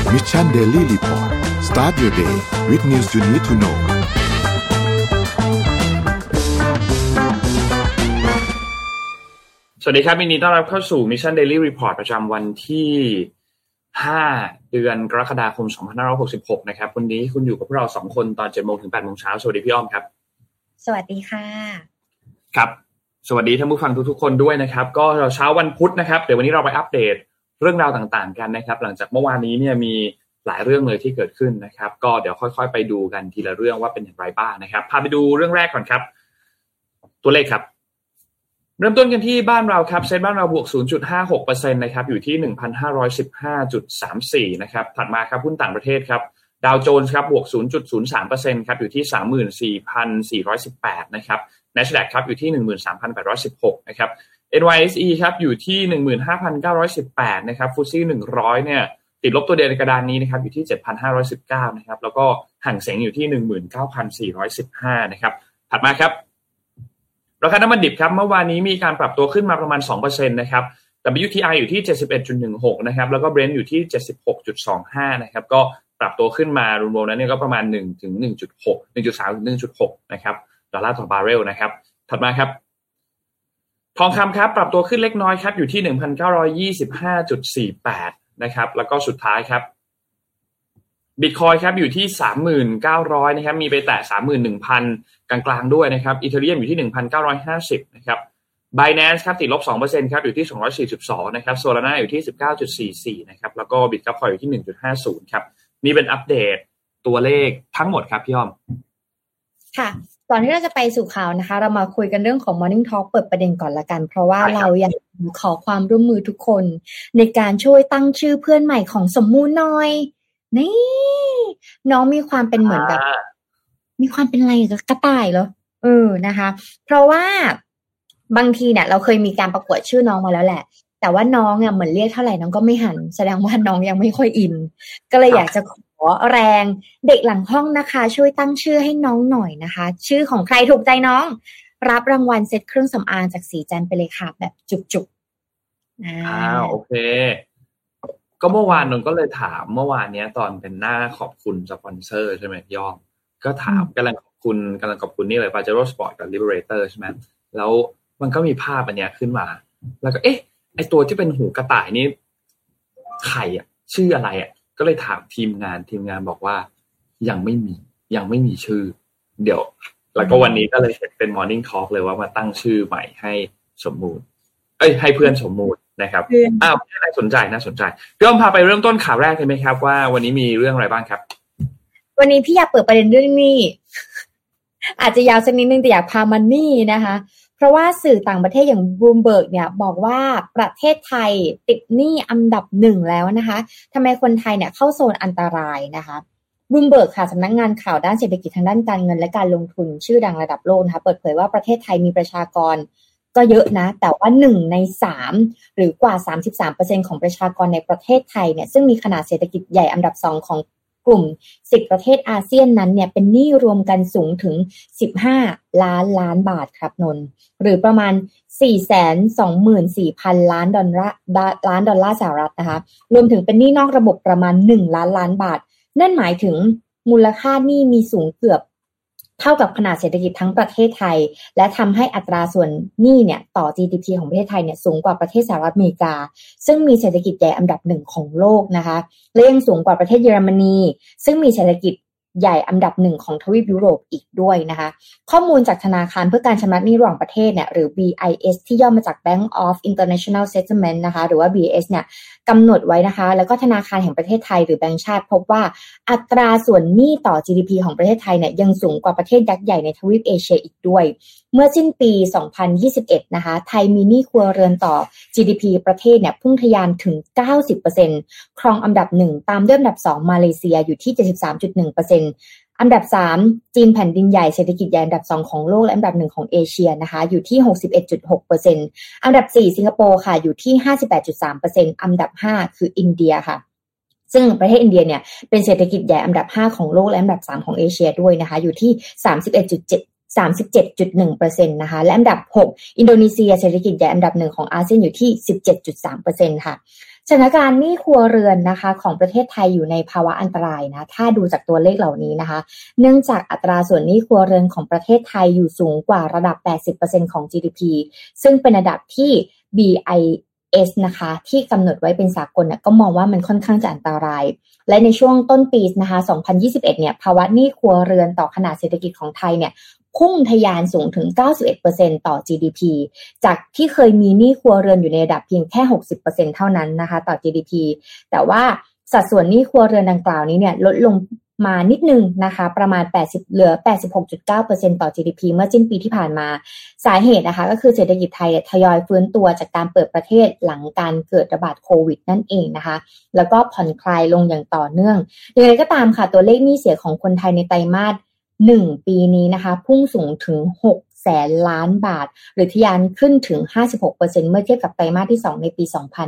Mission Daily Report Start your day with news you need to know สวัสดีครับยินดีต้อนรับเข้าสู่ Mission Daily Report ประจำวันที่5เดือนกรกฎาคม2566นะครับวันนี้คุณอยู่กับพวกเรา2คนตอน 7:00 นถึง 8:00 นเช้าสวัสดีพี่อ้อมครับสวัสดีค่ะครับสวัสดีท่านผู้ฟังทุกๆคนด้วยนะครับก็เช้าวันพุธนะครับเดี๋ยววันนี้เราไปอัปเดตเรื่องราวต่างๆกันนะครับหลังจากเมื่อวานนี้เนี่ยมีหลายเรื่องเลยที่เกิดขึ้นนะครับก็เดี๋ยวค่อยๆไปดูกันทีละเรื่องว่าเป็นอย่างไรบ้างนะครับพาไปดูเรื่องแรกก่อนครับตัวเลขครับเริ่มต้นกันที่บ้านเราครับเซ็นบ้านเราบวก 0.56% นะครับอยู่ที่ 1,515.34 นะครับถัดมาครับหุ้นต่างประเทศครับดาวโจนส์ครับบวก 0.03% ครับอยู่ที่ 34,418 นะครับ NASDAQ ครับอยู่ที่ 13,816 นะครับ NYSE ครับอยู่ที่ 15,918 นะครับ FTSE 100เนี่ยติดลบตัวเดียวในกระดานนี้นะครับอยู่ที่ 7,519 นะครับแล้วก็หั่งเส็งอยู่ที่ 19,415 นะครับถัดมาครับราคาน้ำมันดิบครับเมื่อวานนี้มีการปรับตัวขึ้นมาประมาณ 2% นะครับ WTI อยู่ที่ 71.16 นะครับแล้วก็ Brent อยู่ที่ 76.25 นะครับก็ปรับตัวขึ้นมารวมๆแล้วเนี่ยก็ประมาณ 1 ถึง 1.6 1.3 ถึง 1.6 นะครับดอลลาร์ต่อบาร์เรลนะครับถัดมาครับทองคำครับปรับตัวขึ้นเล็กน้อยครับอยู่ที่ 1,925.48 นะครับแล้วก็สุดท้ายครับBitcoin ครับอยู่ที่ 3,900 นะครับมีไปแตะ 31,000 กลางๆด้วยนะครับ Ethereum อยู่ที่ 1,950 นะครับ Binance ครับติดลบ 2% ครับอยู่ที่242นะครับ Solana อยู่ที่ 19.44 นะครับแล้วก็ Bitcoin อยู่ที่ 1.50 ครับนี่เป็นอัปเดตตัวเลขทั้งหมดครับพี่อ้อมค่ะก่อนที่เราจะไปสู่ข่าวนะคะเรามาคุยกันเรื่องของ Morning Talk เปิดประเด็นก่อนละกันเพราะว่าเราอยากขอความร่วมมือทุกคนในการช่วยตั้งชื่อเพื่อนใหม่ของสมมูลหน่อยนี่น้องมีความเป็นเหมือนแบบมีความเป็นอะไรกระต่ายเหรอนะคะเพราะว่าบางทีเนี่ยเราเคยมีการประกวดชื่อน้องมาแล้วแหละแต่ว่าน้องเนี่ยเหมือนเรียกเท่าไหร่น้องก็ไม่หันแสดงว่าน้องยังไม่ค่อยอินก็เลยอยากจะขอแรงเด็กหลังห้องนะคะช่วยตั้งชื่อให้น้องหน่อยนะคะชื่อของใครถูกใจน้องรับรางวัลเซ็ตเครื่องสำอางจากสีจันไปเลยค่ะแบบจุกๆโอเคก็เมื่อวานนนก็เลยถามเมื่อวานเนี้ยตอนเป็นหน้าขอบคุณสปอนเซอร์ใช่ไหมพี่อ้อมก็ถามกำลังขอบคุณนี่เลย Pajero Sport กับ Liberator ใช่ไหมแล้วมันก็มีภาพอันเนี้ยขึ้นมาแล้วก็ไอตัวที่เป็นหูกระต่ายนี่ใครอ่ะชื่ออะไรอ่ะก็เลยถามทีมงานบอกว่ายังไม่มีชื่อเดี๋ยวแล้วก็วันนี้ก็เลยเป็น Morning Talk เลยว่ามาตั้งชื่อใหม่ให้สมมูลให้เพื่อนสมมูลนะครับน่าสนใจพี่อ้อมพาไปเริ่มต้นข่าวแรกเลยไหมครับว่าวันนี้มีเรื่องอะไรบ้างครับวันนี้พี่อยากเปิดประเด็นเรื่องนี้ อาจจะยาวสักนิดนึงแต่อยากพามันนี่นะคะเพราะว่าสื่อต่างประเทศอย่าง Bloomberg เนี่ยบอกว่าประเทศไทยติดหนี้อันดับ1แล้วนะคะทำไมคนไทยเนี่ยเข้าโซนอันตรายนะคะ Bloomberg ค่ะสำนักงานข่าวด้านเศรษฐกิจทางด้านการเงินและการลงทุนชื่อดังระดับโลกนะคะเปิดเผยว่าประเทศไทยมีประชากรก็เยอะนะแต่ว่า1ใน3หรือกว่า 33% ของประชากรในประเทศไทยเนี่ยซึ่งมีขนาดเศรษฐกิจใหญ่อันดับ2ของกลุ่ม10ประเทศอาเซียนนั้นเนี่ยเป็นหนี้รวมกันสูงถึง15ล้านบาทครับนนท์หรือประมาณ 424,000 ล้านดอลลาร์สหรัฐนะคะรวมถึงเป็นหนี้นอกระบบประมาณ1ล้านบาทนั่นหมายถึงมูลค่าหนี้มีสูงเกือบเท่ากับขนาดเศรษฐกิจทั้งประเทศไทยและทำให้อัตราส่วนหนี้เนี่ยต่อ GDP ของประเทศไทยเนี่ยสูงกว่าประเทศสหรัฐอเมริกาซึ่งมีเศรษฐกิจใหญ่อันดับ1ของโลกนะคะและยังสูงกว่าประเทศเยอรมนีซึ่งมีเศรษฐกิจใหญ่อันดับ1ของทวีปยุโรปอีกด้วยนะคะข้อมูลจากธนาคารเพื่อการชำระหนี้ระหว่างประเทศเนี่ยหรือ BIS ที่ย่อมาจาก Bank of International Settlement นะคะหรือว่า BIS เนี่ยกำหนดไว้นะคะแล้วก็ธนาคารแห่งประเทศไทยหรือแบงก์ชาติพบว่าอัตราส่วนหนี้ต่อ GDP ของประเทศไทยเนี่ยยังสูงกว่าประเทศยักษ์ใหญ่ในทวีปเอเชียอีกด้วยเมื่อสิ้นปี 2021 นะคะไทยมีหนี้ครัวเรือนต่อ GDP ประเทศเนี่ยพุ่งทะยานถึง 90% ครองอันดับ1ตามด้วยอันดับ2มาเลเซียอยู่ที่ 73.1%อันดับ3จีนแผ่นดินใหญ่เศรษฐกิจใหญ่อันดับ2ของโลกและอันดับ1ของเอเชียนะคะอยู่ที่ 61.6% อันดับ4สิงคโปร์ค่ะอยู่ที่ 58.3% อันดับ5คืออินเดียค่ะซึ่งประเทศอินเดียเนี่ยเป็นเศรษฐกิจใหญ่อันดับ5ของโลกและอันดับ3ของเอเชียด้วยนะคะอยู่ที่ 37.1% นะคะและอันดับ6อินโดนีเซียเศรษฐกิจใหญ่อันดับ1ของอาเซียนอยู่ที่ 17.3% ค่ะสถานการณ์หนี้ครัวเรือนนะคะของประเทศไทยอยู่ในภาวะอันตรายนะถ้าดูจากตัวเลขเหล่านี้นะคะเนื่องจากอัตราส่วนหนี้ครัวเรือนของประเทศไทยอยู่สูงกว่าระดับ 80% ของ GDP ซึ่งเป็นระดับที่ BIS นะคะที่กำหนดไว้เป็นสากลเนี่ยก็มองว่ามันค่อนข้างจะอันตรายและในช่วงต้นปีนะคะ2021เนี่ยภาวะหนี้ครัวเรือนต่อขนาดเศรษฐกิจของไทยเนี่ยพุ่งทะยานสูงถึง 91% ต่อ GDP จากที่เคยมีหนี้ครัวเรือนอยู่ในระดับเพียงแค่ 60% เท่านั้นนะคะต่อ GDP แต่ว่าสัดส่วนหนี้ครัวเรือนดังกล่าวนี้เนี่ยลดลงมานิดนึงนะคะประมาณเหลือ 86.9% ต่อ GDP เมื่อสิ้นปีที่ผ่านมาสาเหตุนะคะก็คือเศรษฐกิจไทยทยอยฟื้นตัวจากการเปิดประเทศหลังการเกิดระบาดโควิดนั่นเองนะคะแล้วก็ผ่อนคลายลงอย่างต่อเนื่องอย่างไรก็ตามค่ะตัวเลขหนี้เสียของคนไทยในไตรมาส1ปีนี้นะคะพุ่งสูงถึง6 แสนล้านบาทหรือทะยานขึ้นถึง 56% เมื่อเทียบกับไตรมาสที่2ในปี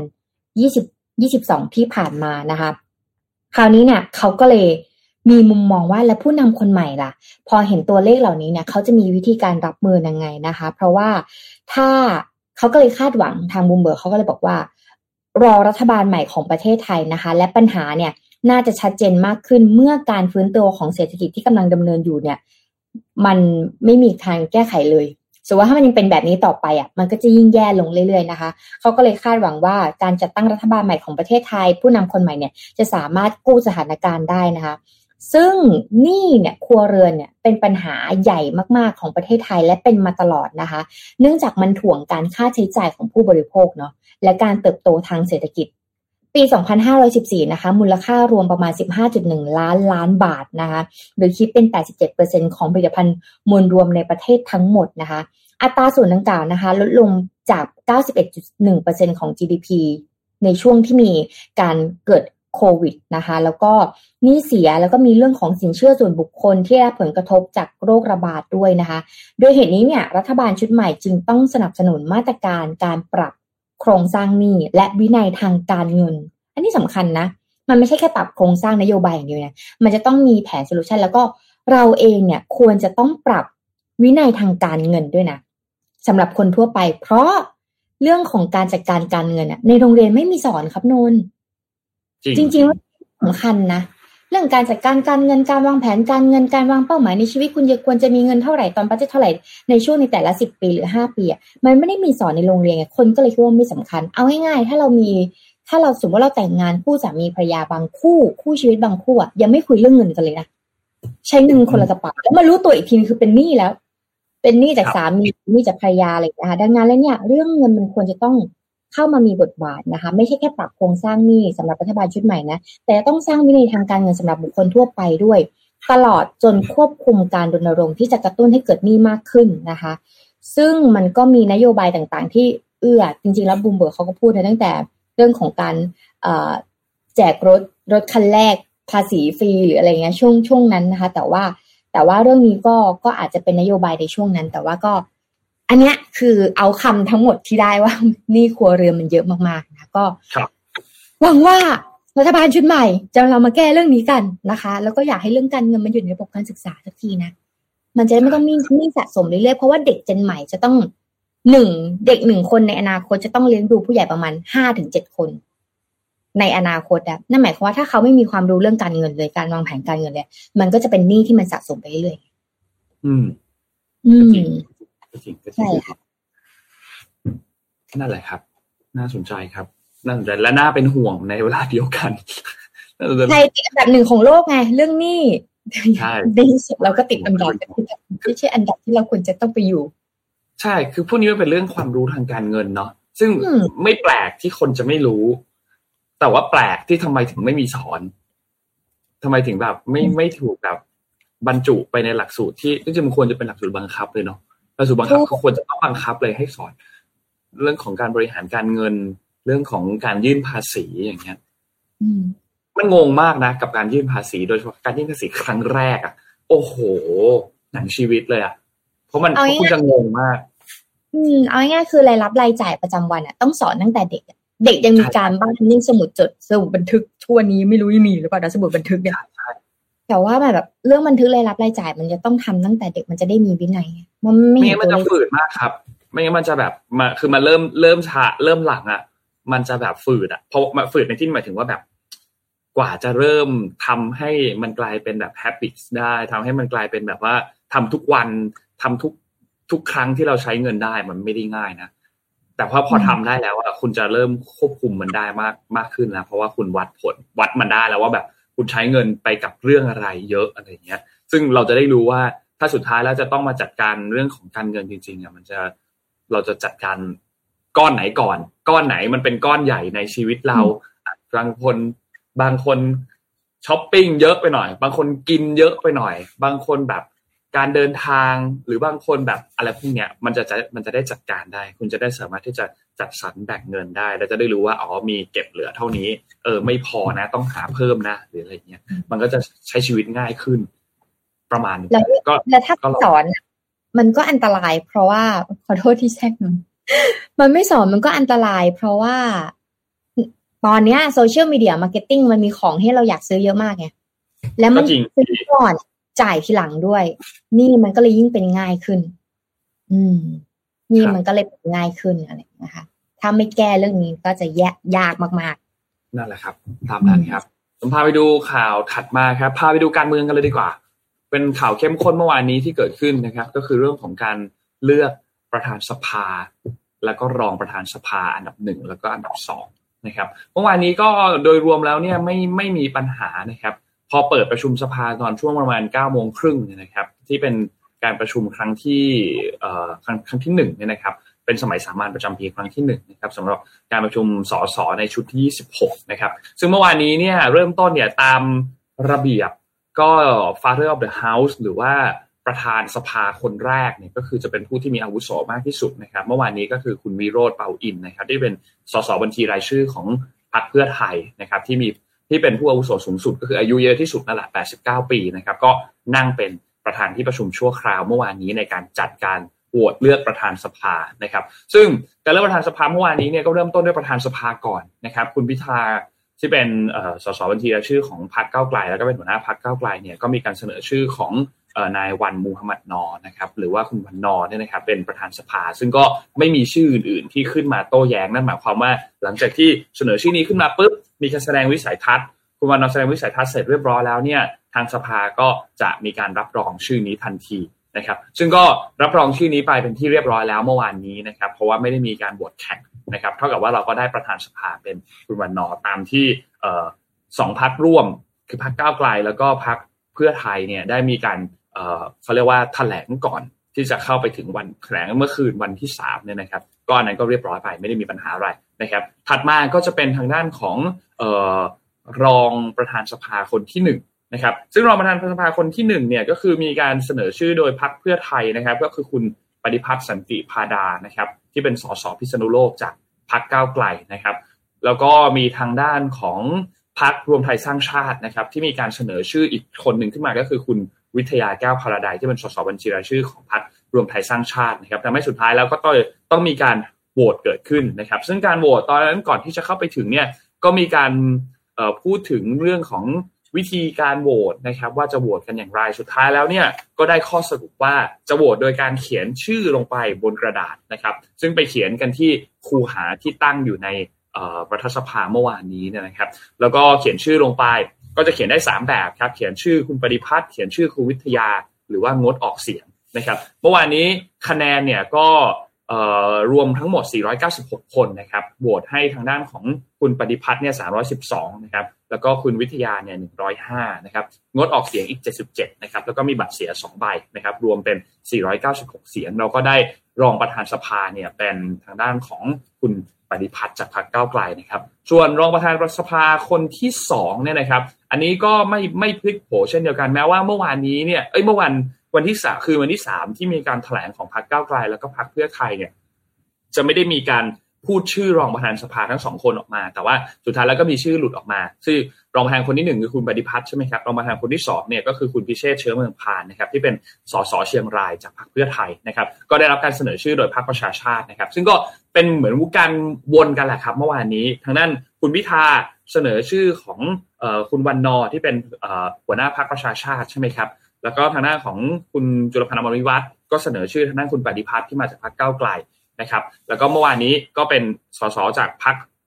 2022ที่ผ่านมานะคะคราวนี้เนี่ยเขาก็เลยมีมุมมองว่าแล้วผู้นำคนใหม่ล่ะพอเห็นตัวเลขเหล่านี้เนี่ยเขาจะมีวิธีการรับมือยังไงนะคะเพราะว่าถ้าเขาก็เลยคาดหวังทางบูมเบิร์กเขาก็เลยบอกว่ารอรัฐบาลใหม่ของประเทศไทยนะคะและปัญหาเนี่ยน่าจะชัดเจนมากขึ้นเมื่อการฟื้นตัวของเศรษฐกิจที่กำลังดำเนินอยู่เนี่ยมันไม่มีทางแก้ไขเลยส่วนว่าถ้ามันยังเป็นแบบนี้ต่อไปอ่ะมันก็จะยิ่งแย่ลงเรื่อยๆนะคะเขาก็เลยคาดหวังว่าการจัดตั้งรัฐบาลใหม่ของประเทศไทยผู้นำคนใหม่เนี่ยจะสามารถกู้สถานการณ์ได้นะคะซึ่งหนี้เนี่ยครัวเรือนเนี่ยเป็นปัญหาใหญ่มากๆของประเทศไทยและเป็นมาตลอดนะคะเนื่องจากมันถ่วงการค่าใช้จ่ายของผู้บริโภคเนาะและการเติบโตทางเศรษฐกิจปี2514นะคะมูลค่ารวมประมาณ 15.1 ล้านบาทนะคะหรือคิดเป็น 87% ของผลิตภัณฑ์มวลรวมในประเทศทั้งหมดนะคะอัตราส่วนดังกล่าวนะคะลดลงจาก 91.1% ของ GDP ในช่วงที่มีการเกิดโควิดนะคะแล้วก็หนี้เสียแล้วก็มีเรื่องของสินเชื่อส่วนบุคคลที่ได้ผลกระทบจากโรคระบาดด้วยนะคะโดยเหตุนี้เนี่ยรัฐบาลชุดใหม่จึงต้องสนับสนุนมาตรการการปรับโครงสร้างหนี้และวินัยทางการเงินอันนี้สำคัญนะมันไม่ใช่แค่ปรับโครงสร้างนโยบายอย่างเดียวนะมันจะต้องมีแผนโซลูชันแล้วก็เราเองเนี่ยควรจะต้องปรับวินัยทางการเงินด้วยนะสำหรับคนทั่วไปเพราะเรื่องของการจัดการการเงินในโรงเรียนไม่มีสอนครับนนท์จริงๆว่าสำคัญนะเรื่องการจัดการการเงินการวางแผนการเงินการวางเป้าหมายในชีวิตคุณควรจะมีเงินเท่าไหร่ตอนบัดเจ็ตเท่าไหร่ในช่วงในแต่ละ10ปีหรือ5ปีมันไม่ได้มีสอนในโรงเรียนไงคนก็เลยคิดว่าไม่สำคัญเอาง่ายๆถ้าเราสมมติว่าเราแต่งงานคู่สามีภรรยาบางคู่ชีวิตบางคู่ยังไม่คุยเรื่องเงินกันเลยนะใช้เงินคนละกระเป๋าแล้วมารู้ตัวอีกทีคือเป็นหนี้แล้วเป็นหนี้จากสามีหนี้จากภรรยาอะไรนะคะดังนั้นแล้วเนี่ยเรื่องเงินมันควรจะต้องเข้ามามีบทบาทนะคะไม่ใช่แค่ปรับโครงสร้างหนี้สำหรับรัฐบาลชุดใหม่นะแต่ต้องสร้างวินัยทางการเงินสำหรับบุคคลทั่วไปด้วยตลอดจนควบคุมการรณรงค์ที่จะกระตุ้นให้เกิดหนี้มากขึ้นนะคะซึ่งมันก็มีนโยบายต่างๆที่จริงๆแล้วบูมเบิร์กเขาก็พูดตั้งแต่เรื่องของการแจกรถคันแรกภาษีฟรีหรืออะไรเงี้ยช่วงนั้นนะคะแต่ว่าเรื่องนี้ก็อาจจะเป็นนโยบายในช่วงนั้นแต่ว่าก็อันเนี้ยคือเอาคำทั้งหมดที่ได้ว่านี่ครัวเรือนมันเยอะมากๆนะก็หวังว่ารัฐบาลชุดใหม่จะเรามาแก้เรื่องนี้กันนะคะแล้วก็อยากให้เรื่องการเงินมันอยู่ในระบบการศึกษาสักทีนะมันจะไม่ต้องมีหนี้สะสมเรื่อยๆเพราะว่าเด็กเจนใหม่จะต้องเด็ก1คนในอนาคตจะต้องเลี้ยงดูผู้ใหญ่ประมาณ 5-7 คนในอนาคตนั่นหมายความว่าถ้าเขาไม่มีความรู้เรื่องการเงินเลยการวางแผนการเงินเลยมันก็จะเป็นหนี้ที่มันสะสมไปเรื่อยใช่ค่ะนั่นแหละครับน่าสนใจครับน่าสนใจและน่าเป็นห่วงในเวลาเดียวกันไทยติดอันดับ1ของโลกไงเรื่องหนี้ใช่ในที่สุดเราก็ติดอันดับไม่ใช่อันดับที่เราควรจะต้องไปอยู่ใช่คือพวกนี้มันเป็นเรื่องความรู้ทางการเงินเนาะซึ่งไม่แปลกที่คนจะไม่รู้แต่ว่าแปลกที่ทำไมถึงไม่มีสอนทำไมถึงแบบไม่ถูกแบบบรรจุไปในหลักสูตรที่จริงๆมันควรจะเป็นหลักสูตรบังคับเลยเนาะหลักสูตรบังคับก็ควรจะต้องบังคับเลยให้สอนเรื่องของการบริหารการเงินเรื่องของการยื่นภาษีอย่างเงี้ยมันงงมากนะกับการยื่นภาษีโดยเฉพาะการยื่นภาษีครั้งแรกโอ้โหหนังชีวิตเลยเพราะมันคุณจะงงมากเอาง่ายๆคือรายรับรายจ่ายประจำวันต้องสอนตั้งแต่เด็กยังมีการบ้านยิ่งสมุดจดสมุดบันทึกทั่วนี้ไม่รู้มีหรือเปล่านะสมุดบันทึกเนี่ยแต่ว่าแบบเรื่องบันทึกรายรับรายจ่ายมันจะต้องทำตั้งแต่เด็กมันจะได้มีวินัยมันไม่งั้นมันจะฝืดมากครับไม่งั้นมันจะแบบคือมาเริ่มช้าเริ่มหลังมันจะแบบฝืดเพราะฝืดในที่หมายถึงว่าแบบกว่าจะเริ่มทำให้มันกลายเป็นแบบ habits ได้ทำให้มันกลายเป็นแบบว่าทำทุกวันทำทุกครั้งที่เราใช้เงินได้มันไม่ได้ง่ายนะแต่พอทำได้แล้วคุณจะเริ่มควบคุมมันได้มากขึ้นแล้วเพราะว่าคุณวัดมันได้แล้วว่าแบบคุณใช้เงินไปกับเรื่องอะไรเยอะอะไรเงี้ยซึ่งเราจะได้รู้ว่าถ้าสุดท้ายแล้วจะต้องมาจัดการเรื่องของการเงินจริงๆเราจะจัดการก้อนไหนก่อนก้อนไหนมันเป็นก้อนใหญ่ในชีวิตเราบางคนช้อปปิ้งเยอะไปหน่อยบางคนกินเยอะไปหน่อยบางคนแบบการเดินทางหรือบางคนแบบอะไรพวกเนี้ยมันจะได้จัดการได้คุณจะได้สามารถที่จะจัดสรรแบ่งเงินได้แล้วจะได้รู้ว่ามีเก็บเหลือเท่านี้ไม่พอนะต้องหาเพิ่มนะหรืออะไรเงี้ยมันก็จะใช้ชีวิตง่ายขึ้นประมาณนี้แล้วถ้าสอนมันก็อันตรายเพราะว่าขอโทษที่แทรกมันไม่สอนมันก็อันตรายเพราะว่าตอนนี้โซเชียลมีเดียมาร์เก็ตติ้งมันมีของให้เราอยากซื้อเยอะมากไงแล้วมันซื้อก่อนจ่ายทีหลังด้วยนี่มันก็เลยยิ่งเป็นง่ายขึ้นนี่มันก็เลยเป็นง่ายขึ้นอะไรนะคะถ้าไม่แก้เรื่องนี้ก็จะยากมากๆนั่นแหละครับตามนั้นครับผมพาไปดูข่าวถัดมาครับพาไปดูการเมืองกันเลยดีกว่าเป็นข่าวเข้มข้นเมื่อวานนี้ที่เกิดขึ้นนะครับก็คือเรื่องของการเลือกประธานสภาแล้วก็รองประธานสภาอันดับ1แล้วก็อันดับ2นะครับเมื่อวานนี้ก็โดยรวมแล้วเนี่ยไม่มีปัญหานะครับพอเปิดประชุมสภาตอนช่วงประมาณ 9:30 นนะครับที่เป็นการประชุมครั้งที่ครั้งที่1เนี่ยนะครับเป็นสมัยสามัญประจำปีครั้งที่1นะครับสำหรับการประชุมสสในชุดที่26นะครับซึ่งเมื่อวานนี้เนี่ยเริ่มต้นเนี่ยตามระเบียบก็ Father of the House หรือว่าประธานสภาคนแรกเนี่ยก็คือจะเป็นผู้ที่มีอาวุโสมากที่สุดนะครับเมื่อวานนี้ก็คือคุณวิโรจน์ เปาอินทร์นะครับที่เป็นสสบัญชีรายชื่อของพรรคเพื่อไทยนะครับที่เป็นผู้อาวุโสสูงสุดก็คืออายุเยอะที่สุดนั่นแหละ89 ปีนะครับก็นั่งเป็นประธานที่ประชุมชั่วคราวเมื่อวานนี้ในการจัดการโหวตเลือกประธานสภานะครับซึ่งการเลือกประธานสภาเมื่อวานนี้เนี่ยก็เริ่มต้นด้วยประธานสภาก่อนนะครับคุณพิธาที่เป็นสสบัญชีรายชื่อของพรรคก้าวไกลแล้วก็เป็นหัวหน้าพรรคก้าวไกลเนี่ยก็มีการเสนอชื่อของนายวันมูฮัมหมัดนอนะครับหรือว่าคุณวันนอเนี่ยนะครับเป็นประธานสภาซึ่งก็ไม่มีชื่ออื่นๆที่ขึ้นมาโต้แย้งนั่นหมายความว่าหลังจากที่เสนอชื่อนี้ขึ้นมาปุ๊บมีการแสดงวิสัยทัศน์คุณวันนอแสดงวิสัยทัศน์เสร็จเรียบร้อยแล้วเนี่ยทางสภาก็จะมีการรับรองชื่อนี้ทันทีนะครับซึ่งก็รับรองชื่อนี้ไปเป็นที่เรียบร้อยแล้วเมื่อวานนี้นะครับเพราะว่าไม่ได้มีการโหวตแข่งนะครับเท่ากับว่าเราก็ได้ประธานสภาเป็นคุณวันนอตามที่2พรรคร่วมคือพรรคก้าวไกลแล้วก็พรรคเพื่อไทยเนี่ยได้มีการเขาเรียกว่าแถลงก่อนที่จะเข้าไปถึงวันแถลงเมื่อคืนวันที่3เนี่ยนะครับก็นั้นก็เรียบร้อยไปไม่ได้มีปัญหาอะไรนะครับถัดมาก็จะเป็นทางด้านของรองประธานสภาคนที่1นะครับซึ่งรองประธานสภาคนที่1เนี่ยก็คือมีการเสนอชื่อโดยพรรคเพื่อไทยนะครับก็คือคุณปฏิพัฒน์สันติพาดานะครับที่เป็นสสพิษณุโลกจากพรรคก้าวไกลนะครับแล้วก็มีทางด้านของพรรครวมไทยสร้างชาตินะครับที่มีการเสนอชื่ออีกคนหนึ่งขึ้นมาก็คือคุณวิทยาแก้วพาราไดซ์ที่เป็นสสบัญชีรายชื่อของพรรครวมไทยสร้างชาตินะครับทำให้สุดท้ายแล้วก็ต้องมีการโหวตเกิดขึ้นนะครับซึ่งการโหวตตอนนั้นก่อนที่จะเข้าไปถึงเนี่ยก็มีการพูดถึงเรื่องของวิธีการโหวตนะครับว่าจะโหวตกันอย่างไรสุดท้ายแล้วเนี่ยก็ได้ข้อสรุปว่าจะโหวตโดยการเขียนชื่อลงไปบนกระดาษนะครับซึ่งไปเขียนกันที่คูหาที่ตั้งอยู่ในรัฐสภาเมื่อวานนี้นะครับแล้วก็เขียนชื่อลงไปก็จะเขียนได้3แบบครับเขียนชื่อคุณปฏิพัฒน์เขียนชื่อคุณวิทยาหรือว่างดออกเสียงนะครับเมื่อวานนี้คะแนนเนี่ยก็รวมทั้งหมด496คนนะครับโหวตให้ทางด้านของคุณปฏิพัฒน์เนี่ย312นะครับแล้วก็คุณวิทยาเนี่ย105นะครับงดออกเสียงอีก77นะครับแล้วก็มีบัตรเสีย2ใบนะครับรวมเป็น496เสียงเราก็ได้รองประธานสภาเนี่ยเป็นทางด้านของคุณปฏิพัฒน์จากพรรคก้าวไกลนะครับส่วนรองประธานสภาคนที่2เนี่ยนะครับอันนี้ก็ไม่พลิกโผเช่นเดียวกันแม้ว่าเมื่อวานนี้เนี่ยเมื่อวันที่3คือวันที่3ที่มีการแถลงของพรรคก้าวไกลแล้วก็พรรคเพื่อไทยเนี่ยจะไม่ได้มีการพูดชื่อรองประธานสภาทั้ง2คนออกมาแต่ว่าสุดท้ายแล้วก็มีชื่อหลุดออกมาซึ่งรองประธานคนที่1คือคุณปฏิพัฒน์ใช่ไหมครับรองประธานคนที่2เนี่ยก็คือคุณพิเชษฐ์เชื้อเมืองพานนะครับที่เป็นสสเชียงรายจากพรรคเพื่อไทยนะครับก็ได้รับการเสนอชื่อโดยพรรคประชาชาตินะครับซึ่งก็เป็นเหมือนการวนกันแหละครับเมื่อวานนี้ทางด้านคุณพิธาเสนอชื่อของคุณวันนอที่เป็นหัวหน้าพรรคประชาชาติใช่ไหมครับแล้วก็ทางด้านของคุณจุลพันธ์อมรวิวัฒน์ก็เสนอชื่อทางด้านคุณปฏิพัฒน์ที่มาจากพรรคก้าวไกลนะครับแล้วก็เมื่อวานนี้ก็เป็นสสจากพรรค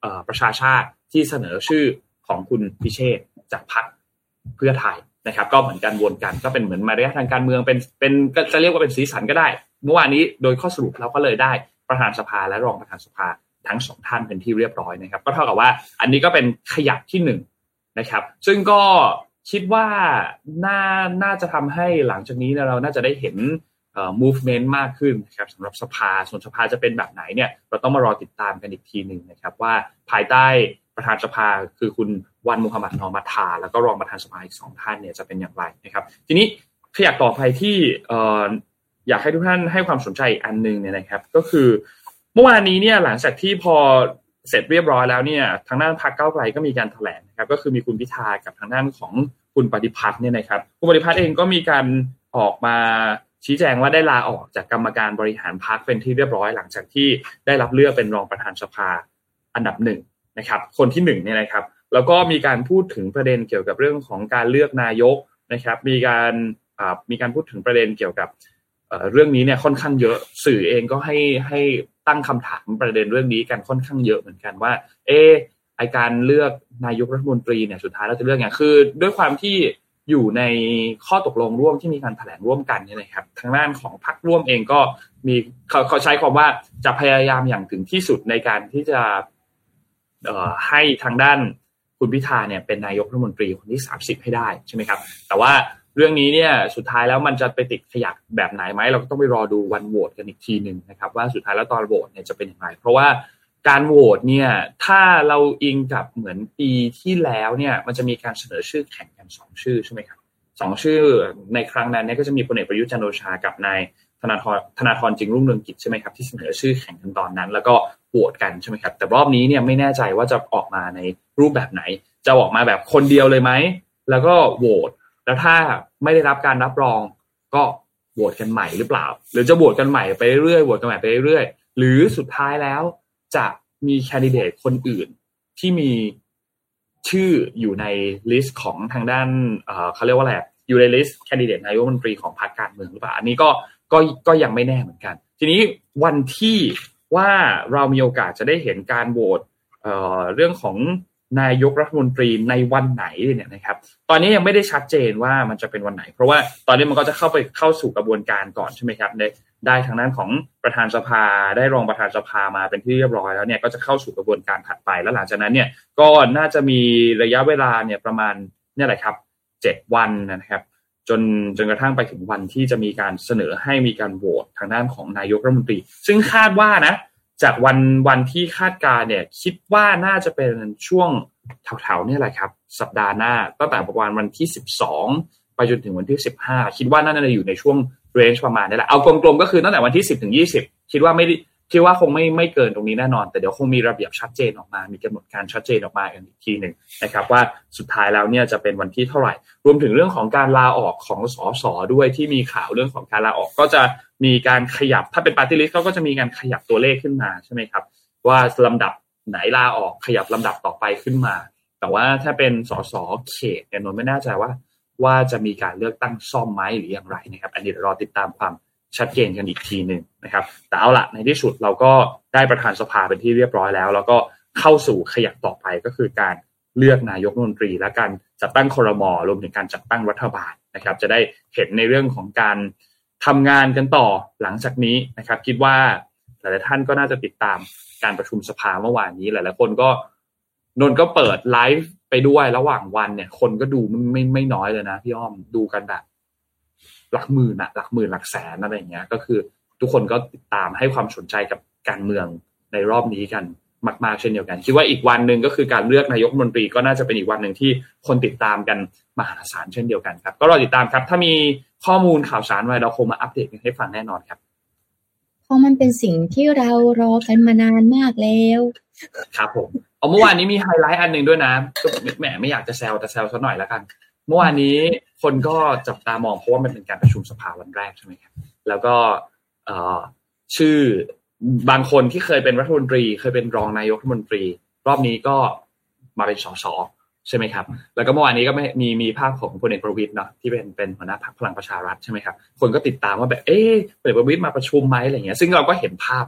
ประชาชาติที่เสนอชื่อของคุณพิเชษฐ์จากพรรคเพื่อไทยนะครับก็เหมือนกันวนกันก็เป็นเหมือนมารยาททางการเมืองเป็นก็จะเรียกว่าเป็นสีสันก็ได้เมื่อวานนี้โดยข้อสรุปเราก็เลยได้ประธานสภาและรองประธานสภาทั้งสองท่านเป็นที่เรียบร้อยนะครับก็เท่ากับว่าอันนี้ก็เป็นขยักที่หนึ่งนะครับซึ่งก็คิดว่าน่าจะทำให้หลังจากนี้เราน่าจะได้เห็นmovement มากขึ้นนะครับสำหรับสภาส่วนสภาจะเป็นแบบไหนเนี่ยเราต้องมารอติดตามกันอีกทีนึงนะครับว่าภายใต้ประธานสภาคือคุณวันมุฮัมมัดนอมัทาแล้วก็รองประธานสภาอีก2ท่านเนี่ยจะเป็นอย่างไรนะครับทีนี้ขยักต่อไปที่อยากให้ทุกท่านให้ความสนใจอีกอันนึงเนี่ยนะครับก็คือเมื่อวานนี้เนี่ยหลังจากที่พอเสร็จเรียบร้อยแล้วเนี่ยทางด้านพรรคก้าวไกลก็มีการแถลงนะครับก็คือมีคุณพิธากับทางด้านของคุณปฏิพัฒน์เนี่ยนะครับคุณปฏิพัฒน์เองก็มีการออกมาชี้แจงว่าได้ลาออกจากกรรมการบริหารพรรคเป็นที่เรียบร้อยหลังจากที่ได้รับเลือกเป็นรองประธานสภาอันดับหนึ่งนะครับคนที่หนึ่งเนี่ยนะครับแล้วก็มีการพูดถึงประเด็นเกี่ยวกับเรื่องของการเลือกนายกนะครับมีการพูดถึงประเด็นเกี่ยวกับเรื่องนี้เนี่ยค่อนข้างเยอะสื่อเองก็ให้ตั้งคำถามประเด็นเรื่องนี้กันค่อนข้างเยอะเหมือนกันว่าไอการเลือกนายกรัฐมนตรีเนี่ยสุดท้ายเราจะเลือกไงคือด้วยความที่อยู่ในข้อตกลงร่วมที่มีการแถลงร่วมกันเนี่ยนะครับทางด้านของพรรคร่วมเองก็มีเขาใช้คำว่าจะพยายามอย่างถึงที่สุดในการที่จะให้ทางด้านคุณพิธาเนี่ยเป็นนายกรัฐมนตรีคนที่30ให้ได้ใช่ไหมครับแต่ว่าเรื่องนี้เนี่ยสุดท้ายแล้วมันจะไปติดขยักแบบไหนไหมเราก็ต้องไปรอดูวันโหวตกันอีกทีนึงนะครับว่าสุดท้ายแล้วตอนโหวตเนี่ยจะเป็นอย่างไรเพราะว่าการโหวตเนี่ยถ้าเราอิงกับเหมือนปีที่แล้วเนี่ยมันจะมีการเสนอชื่อแข่งกัน2ชื่อใช่ไหมครับ2ชื่อในครั้งนั้นเนี่ยก็จะมีพลเอกประยุทธ์จันทร์โอชากับนายธนาธรจึงรุ่งเรืองกิจใช่ไหมครับที่เสนอชื่อแข่งกันตอนนั้นแล้วก็โหวตกันใช่ไหมครับแต่รอบนี้เนี่ยไม่แน่ใจว่าจะออกมาในรูปแบบไหนจะออกมาแบบคนเดียวเลยไหมแล้วก็โหวตแล้วถ้าไม่ได้รับการรับรองก็โหวตกันใหม่หรือเปล่าหรือจะโหวตกันใหม่ไปเรื่อยๆโหวตกันใหม่ไปเรื่อยๆหรือสุดท้ายแล้วจะมีแคนดิเดตคนอื่นที่มีชื่ออยู่ในลิสต์ของทางด้านเขาเรียกว่าอะไรอยู่ในลิสต์แคนดิเดตนายกรัฐมนตรีของพรรคการเมืองหรือเปล่าอันนี้ก็ยังไม่แน่เหมือนกันทีนี้วันที่ว่าเรามีโอกาสจะได้เห็นการโหวตเรื่องของนายกรัฐมนตรีในวันไหนเนี่ยนะครับตอนนี้ยังไม่ได้ชัดเจนว่ามันจะเป็นวันไหนเพราะว่าตอนนี้มันก็จะเข้าสู่กระบวนการก่อนใช่ไหมครับได้ทางด้านของประธานสภาได้รองประธานสภามาเป็นที่เรียบร้อยแล้วเนี่ยก็จะเข้าสู่กระบวนการถัดไปแล้วหลังจากนั้นเนี่ยก็น่าจะมีระยะเวลาเนี่ยประมาณเนี่ยแหละครับ7วันนะครับจนกระทั่งไปถึงวันที่จะมีการเสนอให้มีการโหวตทางด้านของนายกรัฐมนตรีซึ่งคาดว่านะจากวันที่คาดการเนี่ยคิดว่าน่าจะเป็นช่วงแถวๆนี่แหละครับสัปดาห์หน้าตั้งแต่ประมาณวันที่12ไปจนถึงวันที่15คิดว่าน่าจะอยู่ในช่วงเรนจ์ประมาณนี้แหละเอากลมๆก็คือตั้งแต่วันที่10ถึง20คิดว่าคงไม่เกินตรงนี้แน่นอนแต่เดี๋ยวคงมีระเบียบชัดเจนออกมามีกำหนดการชัดเจนออกมาอีกทีนึงนะครับว่าสุดท้ายแล้วเนี่ยจะเป็นวันที่เท่าไหร่รวมถึงเรื่องของการลาออกของสสด้วยที่มีข่าวเรื่องของการลาออกก็จะมีการขยับถ้าเป็นปาร์ตี้ลิสต์ก็จะมีการขยับตัวเลขขึ้นมาใช่ไหมครับว่าลำดับไหนลาออกขยับลำดับต่อไปขึ้นมาแต่ว่าถ้าเป็นสสเขตเนี่ยนนท์ไม่แน่ใจว่าจะมีการเลือกตั้งซ่อมไหมหรืออย่างไรนะครับอันนี้รอติดตามความชัดเจนกันอีกทีนึงนะครับแต่เอาละในที่สุดเราก็ได้ประธานสภาเป็นที่เรียบร้อยแล้วแล้วก็เข้าสู่ขยักต่อไปก็คือการเลือกนายกรัฐมนตรีและการจัดตั้งครม.รวมถึงการจัดตั้งรัฐบาลนะครับจะได้เห็นในเรื่องของการทำงานกันต่อหลังจากนี้นะครับคิดว่าหลายๆท่านก็น่าจะติดตามการประชุมสภาเมื่อวานนี้หลายๆคนก็นนก็เปิดไลฟ์ไปด้วยระหว่างวันเนี่ยคนก็ดูไม่น้อยเลยนะพี่อ้อมดูกันแบบหลักหมื่นหลักแสนอะไรอย่างเงี้ยก็คือทุกคนก็ติดตามให้ความสนใจกับการเมืองในรอบนี้กันมากๆเช่นเดียวกันคิดว่าอีกวันนึงก็คือการเลือกนายกรัฐมนตรีก็น่าจะเป็นอีกวันนึงที่คนติดตามกันมหาศาลเช่นเดียวกันครับก็รอติดตามครับถ้ามีข้อมูลข่าวสารอะไรเราคงมาอัปเดตกันให้ฟังแน่นอนครับเพราะมันเป็นสิ่งที่เรารอกันมานานมากแล้วครับผมเมื่อวานนี้มีไฮไลท์อันนึงด้วยนะก็แหมไม่อยากจะแซวแต่แซวซะหน่อยแล้วกันเมื่อวานนี้คนก็จับตามองเพราะว่ามันเป็นการประชุมสภาวันแรกใช่ไหมครับแล้วก็ชื่อบางคนที่เคยเป็นรัฐมนตรีเคยเป็นรองนายกรัฐมนตรีรอบนี้ก็มาเป็นสสใช่ไหมครับแล้วก็เมื่อวานนี้ก็มีภาพของพลเอกประวิตรเนาะที่เป็นหัวหน้าพรรคพลังประชารัฐใช่ไหมครับคนก็ติดตามว่าแบบพลเอกประวิตรมาประชุมไหมอะไรเงี้ยซึ่งเราก็เห็นภาพเนาะ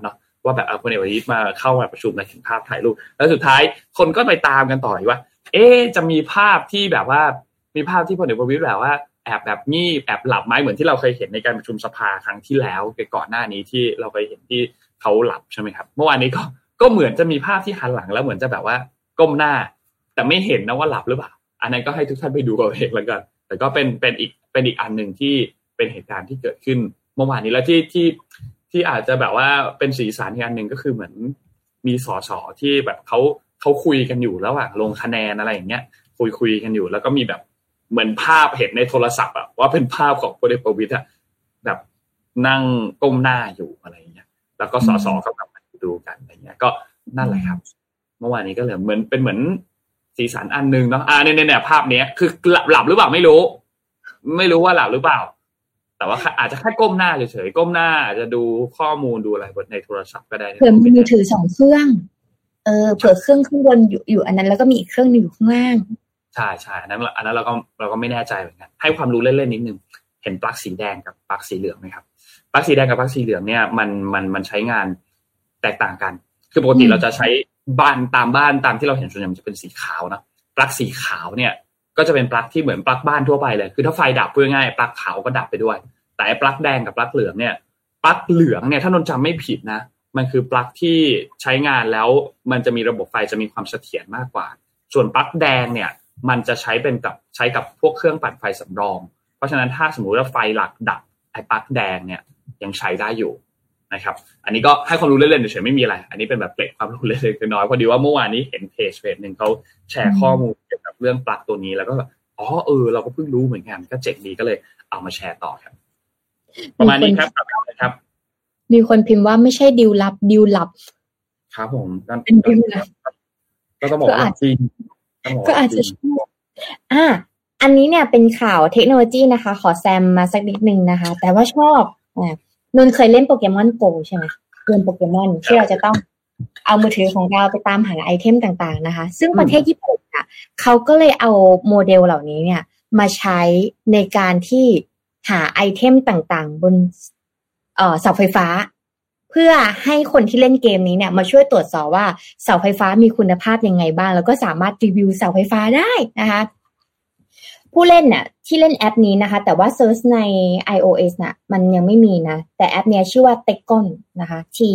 ว่าแบบพลเอกประยุทธ์มาเข้ามาประชุมในถึงภาพถ่ายรูปแล้วสุดท้ายคนก็ไปตามกันต่ออีกว่าจะมีภาพที่แบบว่ามีภาพที่พลเอกประยุทธ์แบบว่าแอบแบบงีบแอบหลับไหมเหมือนที่เราเคยเห็นในการประชุมสภาครั้งที่แล้วก่อนหน้านี้ที่เราเคยเห็นที่เขาหลับใช่ไหมครับเมื่อวานนี้ก็เหมือนจะมีภาพที่หันหลังแล้วเหมือนจะแบบว่าก้มหน้าแต่ไม่เห็นนะว่าหลับหรือเปล่าอันนั้นก็ให้ทุกท่านไปดูกันเองแล้วกันแต่ก็เป็นอีกอันนึงที่เป็นเหตุการณ์ที่เกิดขึ้นเมื่อวานนี้แล้วที่อาจจะแบบว่าเป็นสีสันอีกอันนึงก็คือเหมือนมีสสที่แบบเขาคุยกันอยู่ระหว่างลงคะแนนอะไรอย่างเงี้ยคุยกันอยู่แล้วก็มีแบบเหมือนภาพเห็นในโทรศัพท์อะว่าเป็นภาพของพลเอกประวิตรอะแบบนั่งก้มหน้าอยู่อะไรอย่างเงี้ยแล้วก็สสก็แบบมาดูกันอะไรเงี้ยก็นั่นแหละครับเมื่อวานนี้ก็เลยเหมือนสีสันอันนึงเนาะเนี่ยภาพเนี้ยคือหลับหรือเปล่าไม่รู้ว่าหลับหรือเปล่าแต่ว่าอาจจะแค่ก้มหน้าเฉยๆก้มหน้าอาจจะดูข้อมูลดูอะไรบนในโทรศัพท์ก็ได้เผื่อมีมือถือ2เครื่องเผื่อเครื่องข้างบนอยู่อันนั้นแล้วก็มีอีกเครื่องนึงอยู่ข้างล่างใช่ๆอันนั้นเราก็ไม่แน่ใจเหมือนกันให้ความรู้เล่นๆนิดนึงเห็นปลั๊กสีแดงกับปลั๊กสีเหลืองมั้ยครับปลั๊กสีแดงกับปลั๊กสีเหลืองเนี่ยมันใช้งานแตกต่างกันคือปกติเราจะใช้บ้านตามที่เราเห็นส่วนใหญ่มันจะเป็นสีขาวนะปลั๊กสีขาวเนี่ยก็จะเป็นปลั๊กที่เหมือนปลั๊กบ้านทั่วไปเลยคือถ้าไฟดับพูดง่ายๆปลั๊กขาวก็ดับไปด้วยแต่ปลั๊กแดงกับปลั๊กเหลืองเนี่ยปลั๊กเหลืองเนี่ยถ้านนจำไม่ผิดนะมันคือปลั๊กที่ใช้งานแล้วมันจะมีระบบไฟจะมีความเสถียรมากกว่าส่วนปลั๊กแดงเนี่ยมันจะใช้กับพวกเครื่องปั่นไฟสำรองเพราะฉะนั้นถ้าสมมุติว่าไฟหลักดับไอ้ปลั๊กแดงเนี่ยยังใช้ได้อยู่นะครับอันนี้ก็ให้ความรู้เล่นๆเฉยๆไม่มีอะไรอันนี้เป็นแบบเกร็ดความรู้เล็กๆน้อยๆพอดีว่าเมื่อวานนี้เห็นเพจนึงเขาแชร์ข้อมูลเกี่ยวกับเรื่องปลั๊กตัวนี้แล้วก็แบบเราก็เพิ่งรู้เหมือนกันก็เจ๋งดีก็เลยเอามาแชร์ต่อครับประมาณนี้ครับมีคนพิมพ์ว่าไม่ใช่ดิวลับครับผมเป็นดิวลับก็ต้องบอกว่าจริงก็อาจจะอันนี้เนี่ยเป็นข่าวเทคโนโลยีนะคะขอแซมมาสักนิดนึงนะคะแต่ว่าชอบนนเคยเล่นโปเกมอนโกใช่ไหมเกมโปเกมอนที่เราจะต้องเอามือถือของเราไปตามหาไอเทมต่างๆนะคะซึ่งประเทศญี่ปุ่นเขาก็เลยเอาโมเดลเหล่านี้เนี่ยมาใช้ในการที่หาไอเทมต่างๆบนเสาไฟฟ้าเพื่อให้คนที่เล่นเกมนี้เนี่ยมาช่วยตรวจสอบว่าเสาไฟฟ้ามีคุณภาพยังไงบ้างแล้วก็สามารถรีวิวเสาไฟฟ้าได้นะคะผู้เล่นน่ะที่เล่นแอปนี้นะคะแต่ว่าเซิร์ชใน iOS น่ะมันยังไม่มีนะแต่แอปเนี้ยชื่อว่า Tekkon นะคะ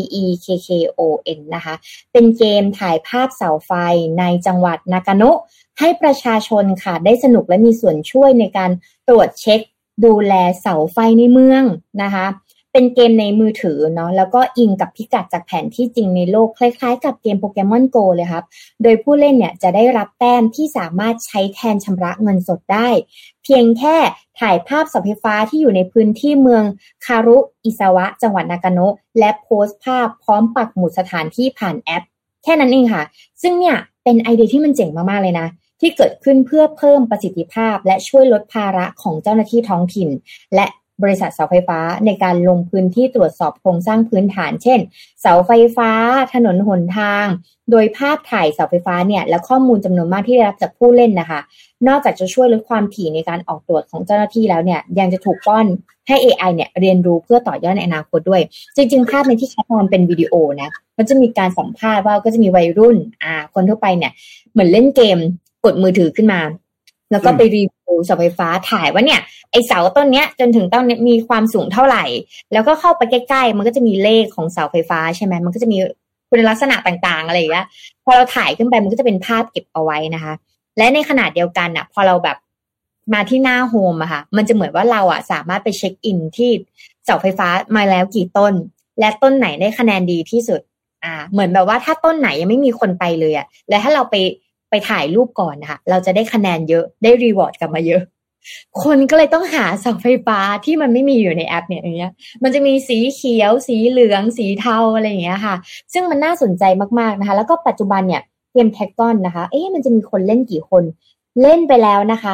Tekkon นะคะเป็นเกมถ่ายภาพเสาไฟในจังหวัดนากาโนะให้ประชาชนค่ะได้สนุกและมีส่วนช่วยในการตรวจเช็คดูแลเสาไฟในเมืองนะคะเป็นเกมในมือถือเนาะแล้วก็อิงกับพิกัดจากแผนที่จริงในโลกคล้ายๆกับเกม Pokemon Go เลยครับโดยผู้เล่นเนี่ยจะได้รับแต้มที่สามารถใช้แทนชำระเงินสดได้เพียงแค่ถ่ายภาพเสาไฟฟ้าที่อยู่ในพื้นที่เมืองคารุอิซาวะจังหวัดนากาโนะและโพสต์ภาพพร้อมปักหมุดสถานที่ผ่านแอปแค่นั้นเองค่ะซึ่งเนี่ยเป็นไอเดียที่มันเจ๋งมากๆเลยนะที่เกิดขึ้นเพื่อเพิ่มประสิทธิภาพและช่วยลดภาระของเจ้าหน้าที่ท้องถิ่นและบริษัทเสาไฟฟ้าในการลงพื้นที่ตรวจสอบโครงสร้างพื้นฐานเช่นเสาไฟฟ้าถนนหนทางโดยภาพถ่ายเสาไฟฟ้าเนี่ยและข้อมูลจำนวนมากที่ได้รับจากผู้เล่นนะคะนอกจากจะช่วยลดความถี่ในการออกตรวจของเจ้าหน้าที่แล้วเนี่ยยังจะถูกป้อนให้ AI เนี่ยเรียนรู้เพื่อต่อยอดในอนาคตด้วยจริงๆภาพในที่ใช้งานเป็นวิดีโอนะมันจะมีการสัมภาษณ์ว่าก็จะมีวัยรุ่นคนทั่วไปเนี่ยเหมือนเล่นเกมกดมือถือขึ้นมาแล้วก็ไปรีวิวเสาไฟฟ้าถ่ายว่าเนี่ยไอเสาต้นเนี้ยจนถึงต้นนี้มีความสูงเท่าไหร่แล้วก็เข้าไปใกล้ๆมันก็จะมีเลขของเสาไฟฟ้าใช่ไหมมันก็จะมีคุณลักษณะต่างๆอะไรอย่างเงี้ยพอเราถ่ายขึ้นไปมันก็จะเป็นภาพเก็บเอาไว้นะคะและในขณะเดียวกันอ่ะพอเราแบบมาที่หน้าโฮมอะค่ะมันจะเหมือนว่าเราอ่ะสามารถไปเช็คอินที่เสาไฟฟ้ามาแล้วกี่ต้นและต้นไหนได้คะแนนดีที่สุดเหมือนแบบว่าถ้าต้นไหนยังไม่มีคนไปเลยอ่ะและถ้าเราไปถ่ายรูปก่อนนะคะเราจะได้คะแนนเยอะได้รีวอร์ดกลับมาเยอะคนก็เลยต้องหาเสาไฟฟ้าที่มันไม่มีอยู่ในแอปเนี่ยอย่างเงี้ยมันจะมีสีเขียวสีเหลืองสีเทาอะไรอย่างเงี้ยค่ะซึ่งมันน่าสนใจมากๆนะคะแล้วก็ปัจจุบันเนี่ยเกม Tekkon นะคะมันจะมีคนเล่นกี่คนเล่นไปแล้วนะคะ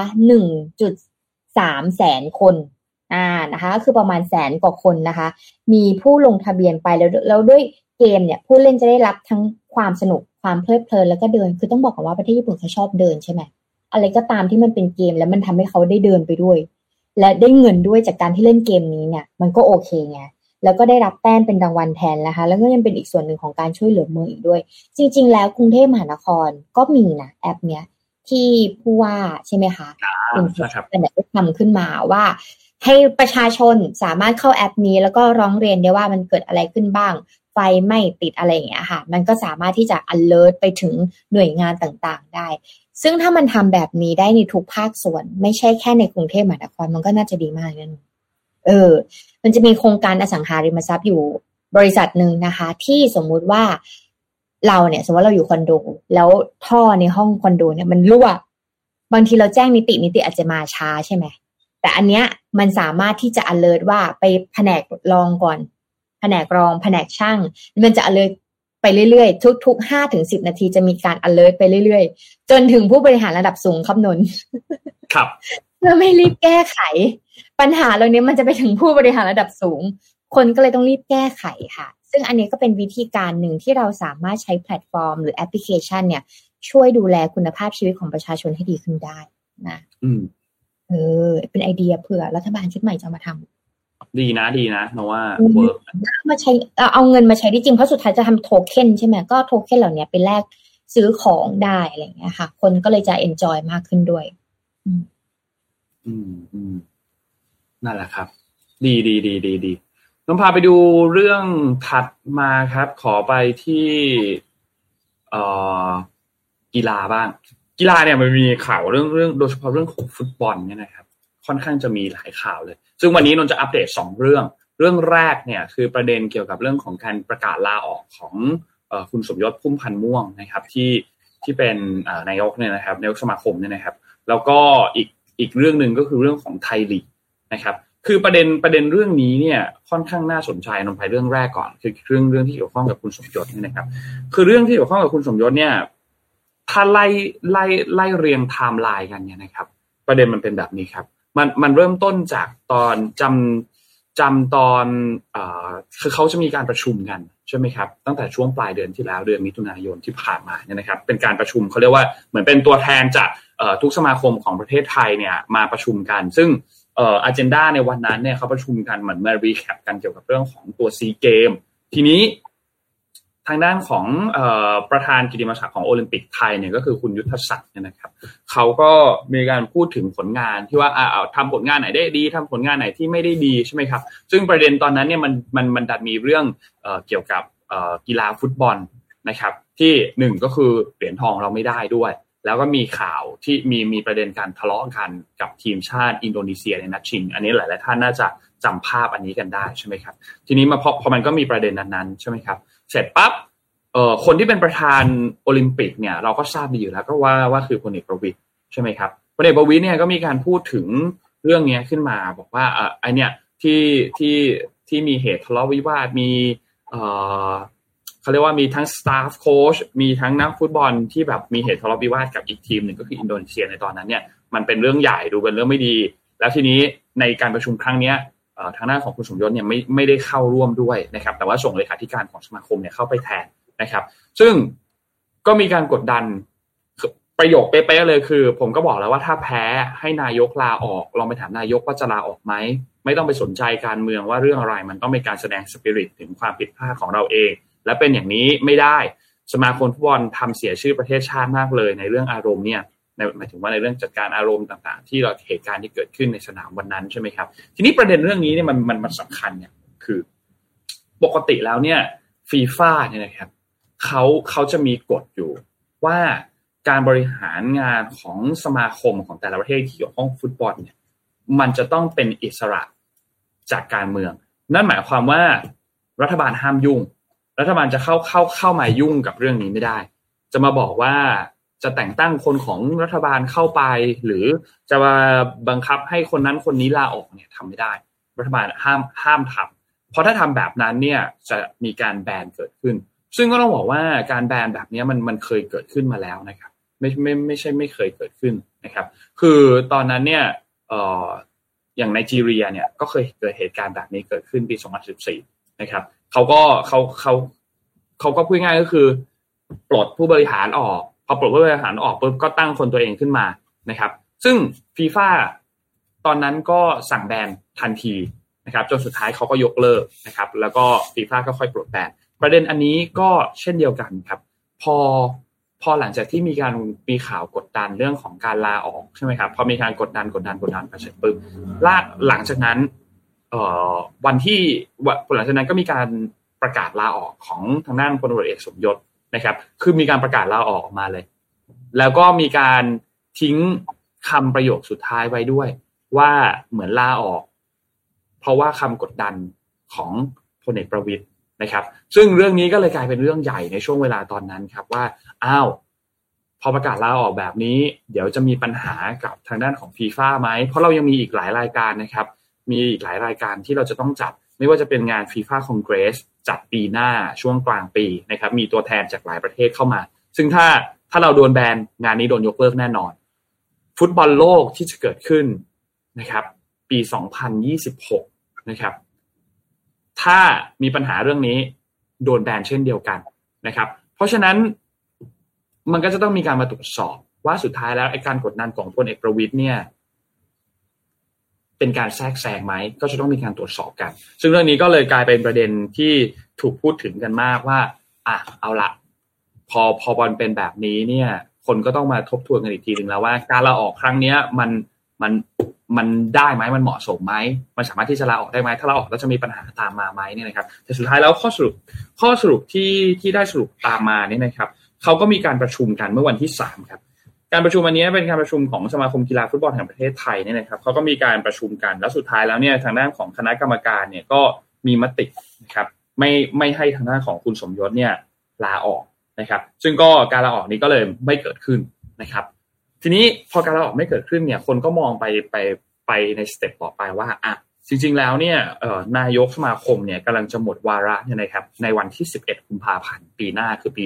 1.3 แสนคนนะคะก็คือประมาณแสนกว่าคนนะคะมีผู้ลงทะเบียนไปแล้วด้วยเกมเนี่ยผู้เล่นจะได้รับทั้งความสนุกความเพลิดเพลินแล้วก็เดินคือต้องบอกก่อนว่าประเทศญี่ปุ่นเขาชอบเดินใช่ไหมอะไรก็ตามที่มันเป็นเกมแล้วมันทำให้เขาได้เดินไปด้วยและได้เงินด้วยจากการที่เล่นเกมนี้เนี่ยมันก็โอเคไงแล้วก็ได้รับแต้มเป็นรางวัลแทนนะคะแล้วก็ยังเป็นอีกส่วนหนึ่งของการช่วยเหลือเมืองอีกด้วยจริงๆแล้วกรุงเทพมหานครก็มีนะแอปเนี้ยที่ผู้ว่าใช่ไหมคะเป็นคนได้ทำขึ้นมาว่าให้ประชาชนสามารถเข้าแอปนี้แล้วก็ร้องเรียนได้ว่ามันเกิดอะไรขึ้นบ้างไฟไม่ติดอะไรอย่างเงี้ยค่ะมันก็สามารถที่จะ alert ไปถึงหน่วยงานต่างๆได้ซึ่งถ้ามันทำแบบนี้ได้ในทุกภาคส่วนไม่ใช่แค่ในกรุงเทพมหานครมันก็น่าจะดีมากนั่นมันจะมีโครงการอสังหาริมทรัพย์อยู่บริษัทหนึ่งนะคะที่สมมุติว่าเราเนี่ยสมมติว่าเราอยู่คอนโดแล้วท่อในห้องคอนโดเนี่ยมันรั่วบางทีเราแจ้งนิติอาจจะมาช้าใช่ไหมแต่อันเนี้ยมันสามารถที่จะ alert ว่าไปแผนกรองก่อนแผนกรองแผนกช่างมันจะ alert ไปเรื่อยๆทุกๆ 5-10 นาทีจะมีการ alert ไปเรื่อยๆจนถึงผู้บริหารระดับสูงครับนนท์ครับเพื่อไม่รีบแก้ไขปัญหาเหล่านี้มันจะไปถึงผู้บริหารระดับสูงคนก็เลยต้องรีบแก้ไขค่ะซึ่งอันนี้ก็เป็นวิธีการหนึ่งที่เราสามารถใช้แพลตฟอร์มหรือแอปพลิเคชันเนี่ยช่วยดูแลคุณภาพชีวิตของประชาชนให้ดีขึ้นได้นะเป็นไอเดียเผื่อรัฐบาลชุดใหม่จะมาทำดีนะเพราะว่าเวิร์กมาใช้เอาเงินมาใช้ได้จริงเพราะสุดท้ายจะทำโทเค็นใช่ไหมก็โทเค็นเหล่านี้ไปแลกซื้อของได้อะไรอย่างเงี้ยค่ะคนก็เลยจะเอนจอยมากขึ้นด้วยนั่นแหละครับดีต้องพาไปดูเรื่องถัดมาครับขอไปที่กีฬาบ้างกีฬาเนี่ยมันมีข่าวเรื่องโดยเฉพาะเรื่องของฟุตบอลเนี่ยนะครับค่อนข้างจะมีหลายข่าวเลยซึ่งวันนี้นนจะอัปเดต2เรื่องแรกเนี่ยคือประเด็นเกี่ยวกับเรื่องของการประกาศลาออกของคุณสมยศพุ่มพันธ์ม่วงนะครับที่เป็นนายกเนี่ยนะครับนายกสมาคมเนี่ยนะครับแล้วก็อีกเรื่องนึงก็คือเรื่องของไทยลีกนะครับคือประเด็นเรื่องนี้เนี่ยค่อนข้างน่าสนใจนนไปเรื่องแรกก่อนคือเรื่องที่เกี่ยวข้องกับคุณสมยศนี่นะครับคือเรื่องที่เกี่ยวข้องกับคุณสมยศเนี่ยถ้าไล่เรียงไทม์ไลน์กันเนี่ยนะครับประเด็นมันเป็นแบบนี้ครับมันเริ่มต้นจากตอนจำตอนคือเขาจะมีการประชุมกันใช่ไหมครับตั้งแต่ช่วงปลายเดือนที่แล้วเดือนมิถุนายนที่ผ่านมาเนี่ยนะครับเป็นการประชุมเขาเรียกว่าเหมือนเป็นตัวแทนจากทุกสมาคมของประเทศไทยเนี่ยมาประชุมกันซึ่งagenda ในวันนั้นเนี่ยเขาประชุมกันเหมือนมารีแคปกันเกี่ยวกับเรื่องของตัวซีเกมทีนี้ทางด้านของประธานกิตติมศักดิ์ของโอลิมปิกไทยเนี่ยก็คือคุณยุทธศักดิ์เนี่ยนะครับเขาก็มีการพูดถึงผลงานที่ว่าทำผลงานไหนได้ดีทำผลงานไหนที่ไม่ได้ดีใช่ไหมครับซึ่งประเด็นตอนนั้นเนี่ยมันดันมีเรื่องเกี่ยวกับกีฬาฟุตบอลนะครับที่1ก็คือเหรียญทองเราไม่ได้ด้วยแล้วก็มีข่าวที่มีประเด็นการทะเลาะกันกับทีมชาติอินโดนีเซียในนัดชิงอันนี้หลายๆท่านน่าจะจำภาพอันนี้กันได้ใช่ไหมครับทีนี้มาพอมันก็มีประเด็นนั้นๆใช่ไหมครับเสร็จปั๊บคนที่เป็นประธานโอลิมปิกเนี่ยเราก็ทราบดีอยู่แล้วก็ว่าคือพลเอกประวิตรใช่ไหมครับพลเอกประวิตรเนี่ยก็มีการพูดถึงเรื่องนี้ขึ้นมาบอกว่าไอเนี่ยที่มีเหตุทะเลาะวิวาทมีเขาเรียกว่ามีทั้งสตาฟโค้ชมีทั้งนักฟุตบอลที่แบบมีเหตุทะเลาะวิวาทกับอีกทีมหนึ่งก็คืออินโดนีเซียในตอนนั้นเนี่ยมันเป็นเรื่องใหญ่ดูเป็นเรื่องไม่ดีแล้วทีนี้ในการประชุมครั้งนี้ทางด้านของคุณสมยศเนี่ยไม่ได้เข้าร่วมด้วยนะครับแต่ว่าส่งเลขาธิการของสมาคมเนี่ยเข้าไปแทนนะครับซึ่งก็มีการกดดันประโยคเป๊ะๆเลยคือผมก็บอกแล้วว่าถ้าแพ้ให้นายกลาออกลองไปถามนายกว่าจะลาออกไหมไม่ต้องไปสนใจการเมืองว่าเรื่องอะไรมันต้องเป็นการแสดงสปิริตถึงความผิดพลาดของเราเองและเป็นอย่างนี้ไม่ได้สมาคมฟุตบอลทำเสียชื่อประเทศชาติมากเลยในเรื่องอารมณ์เนี่ยหมายถึงว่าในเรื่องจัดการอารมณ์ต่างๆที่เราเหตุการณ์ที่เกิดขึ้นในสนามวันนั้นใช่ไหมครับทีนี้ประเด็นเรื่องนี้เนี่ยมันสำคัญเนี่ยคือปกติแล้วเนี่ยฟีฟ่าเนี่ยนะครับเขาจะมีกฎอยู่ว่าการบริหารงานของสมาคมของแต่ละประเทศที่เกี่ยวข้องฟุตบอลเนี่ยมันจะต้องเป็นอิสระจากการเมืองนั่นหมายความว่ารัฐบาลห้ามยุ่งรัฐบาลจะเข้ามายุ่งกับเรื่องนี้ไม่ได้จะมาบอกว่าจะแต่งตั้งคนของรัฐบาลเข้าไปหรือจะมาบังคับให้คนนั้นคนนี้ลาออกเนี่ยทำไม่ได้รัฐบาลห้ามทำเพราะถ้าทำแบบนั้นเนี่ยจะมีการแบนเกิดขึ้นซึ่งก็ต้องบอกว่าการแบนแบบนี้มันเคยเกิดขึ้นมาแล้วนะครับไม่ใช่ไม่เคยเกิดขึ้นนะครับคือตอนนั้นเนี่ยอย่างไนจีเรียเนี่ยก็เคยเกิดเหตุการณ์แบบนี้เกิดขึ้นปี2014นะครับเขาก็พูดง่ายก็คือปลดผู้บริหารออกพอปลดผู้บริหารออกปุ๊บก็ตั้งคนตัวเองขึ้นมานะครับซึ่งฟีฟ่าตอนนั้นก็สั่งแบนทันทีนะครับจนสุดท้ายเขาก็ยกเลิกนะครับแล้วก็ฟีฟ่าก็ค่อยปลดแบนประเด็นอันนี้ก็เช่นเดียวกันครับพอหลังจากที่มีข่าวกดดันเรื่องของการลาออกใช่ไหมครับพอมีการกดดันไปเสร็จปุ๊บหลังจากนั้นหลังจากนั้นก็มีการประกาศลาออกของทางด้านพลตำรวจเอกสมยศนะครับคือมีการประกาศลาออกมาเลยแล้วก็มีการทิ้งคำประโยคสุดท้ายไว้ด้วยว่าเหมือนลาออกเพราะว่าคำกดดันของพลเอกประวิตรนะครับซึ่งเรื่องนี้ก็เลยกลายเป็นเรื่องใหญ่ในช่วงเวลาตอนนั้นครับว่าพอประกาศลาออกแบบนี้เดี๋ยวจะมีปัญหากับทางด้านของ FIFA ไหมเพราะเรายังมีอีกหลายรายการนะครับมีอีกหลายรายการที่เราจะต้องจัดไม่ว่าจะเป็นงาน FIFA Congress จัดปีหน้าช่วงกลางปีนะครับมีตัวแทนจากหลายประเทศเข้ามาซึ่งถ้าเราโดนแบนงานนี้โดนยกเลิกแน่นอนฟุตบอลโลกที่จะเกิดขึ้นนะครับปี2026นะครับถ้ามีปัญหาเรื่องนี้โดนแบนเช่นเดียวกันนะครับเพราะฉะนั้นมันก็จะต้องมีการมาตรวจสอบว่าสุดท้ายแล้วไอ้การกดดันของพลเอกประวิตรเนี่ยเป็นการแทรกแซงไหมก็จะต้องมีการตรวจสอบกันซึ่งเรื่องนี้ก็เลยกลายเป็นประเด็นที่ถูกพูดถึงกันมากว่าเอาละพอบอลเป็นแบบนี้เนี่ยคนก็ต้องมาทบทวนกันอีกทีนึงแล้วว่าการลาออกครั้งนี้มันได้ไหมมันเหมาะสมไหมมันสามารถที่จะลาออกได้ไหมถ้าลาออกแล้วจะมีปัญหาตามมาไหมเนี่ยนะครับแต่สุดท้ายแล้วข้อสรุปที่ได้สรุปตามมาเนี่ยนะครับเขาก็มีการประชุมกันเมื่อวันที่3ครับการประชุมอันนี้เป็นการประชุมของสมาคมกีฬาฟุตบอลแห่งประเทศไทยเนี่ยนะครับเขาก็มีการประชุมกันแล้วสุดท้ายแล้วเนี่ยทางด้านของคณะกรรมการเนี่ยก็มีมตินะครับไม่ให้ทางด้านของคุณสมยศเนี่ยลาออกนะครับซึ่งก็การลาออกนี้ก็เลยไม่เกิดขึ้นนะครับทีนี้พอการลาออกไม่เกิดขึ้นเนี่ยคนก็มองไปในสเต็ปต่อไปว่าจริงๆแล้วเนี่ยนายกสมาคมเนี่ยกำลังจะหมดวาระเนี่ยนะครับในวันที่11กุมภาพันธ์ปีหน้าคือปี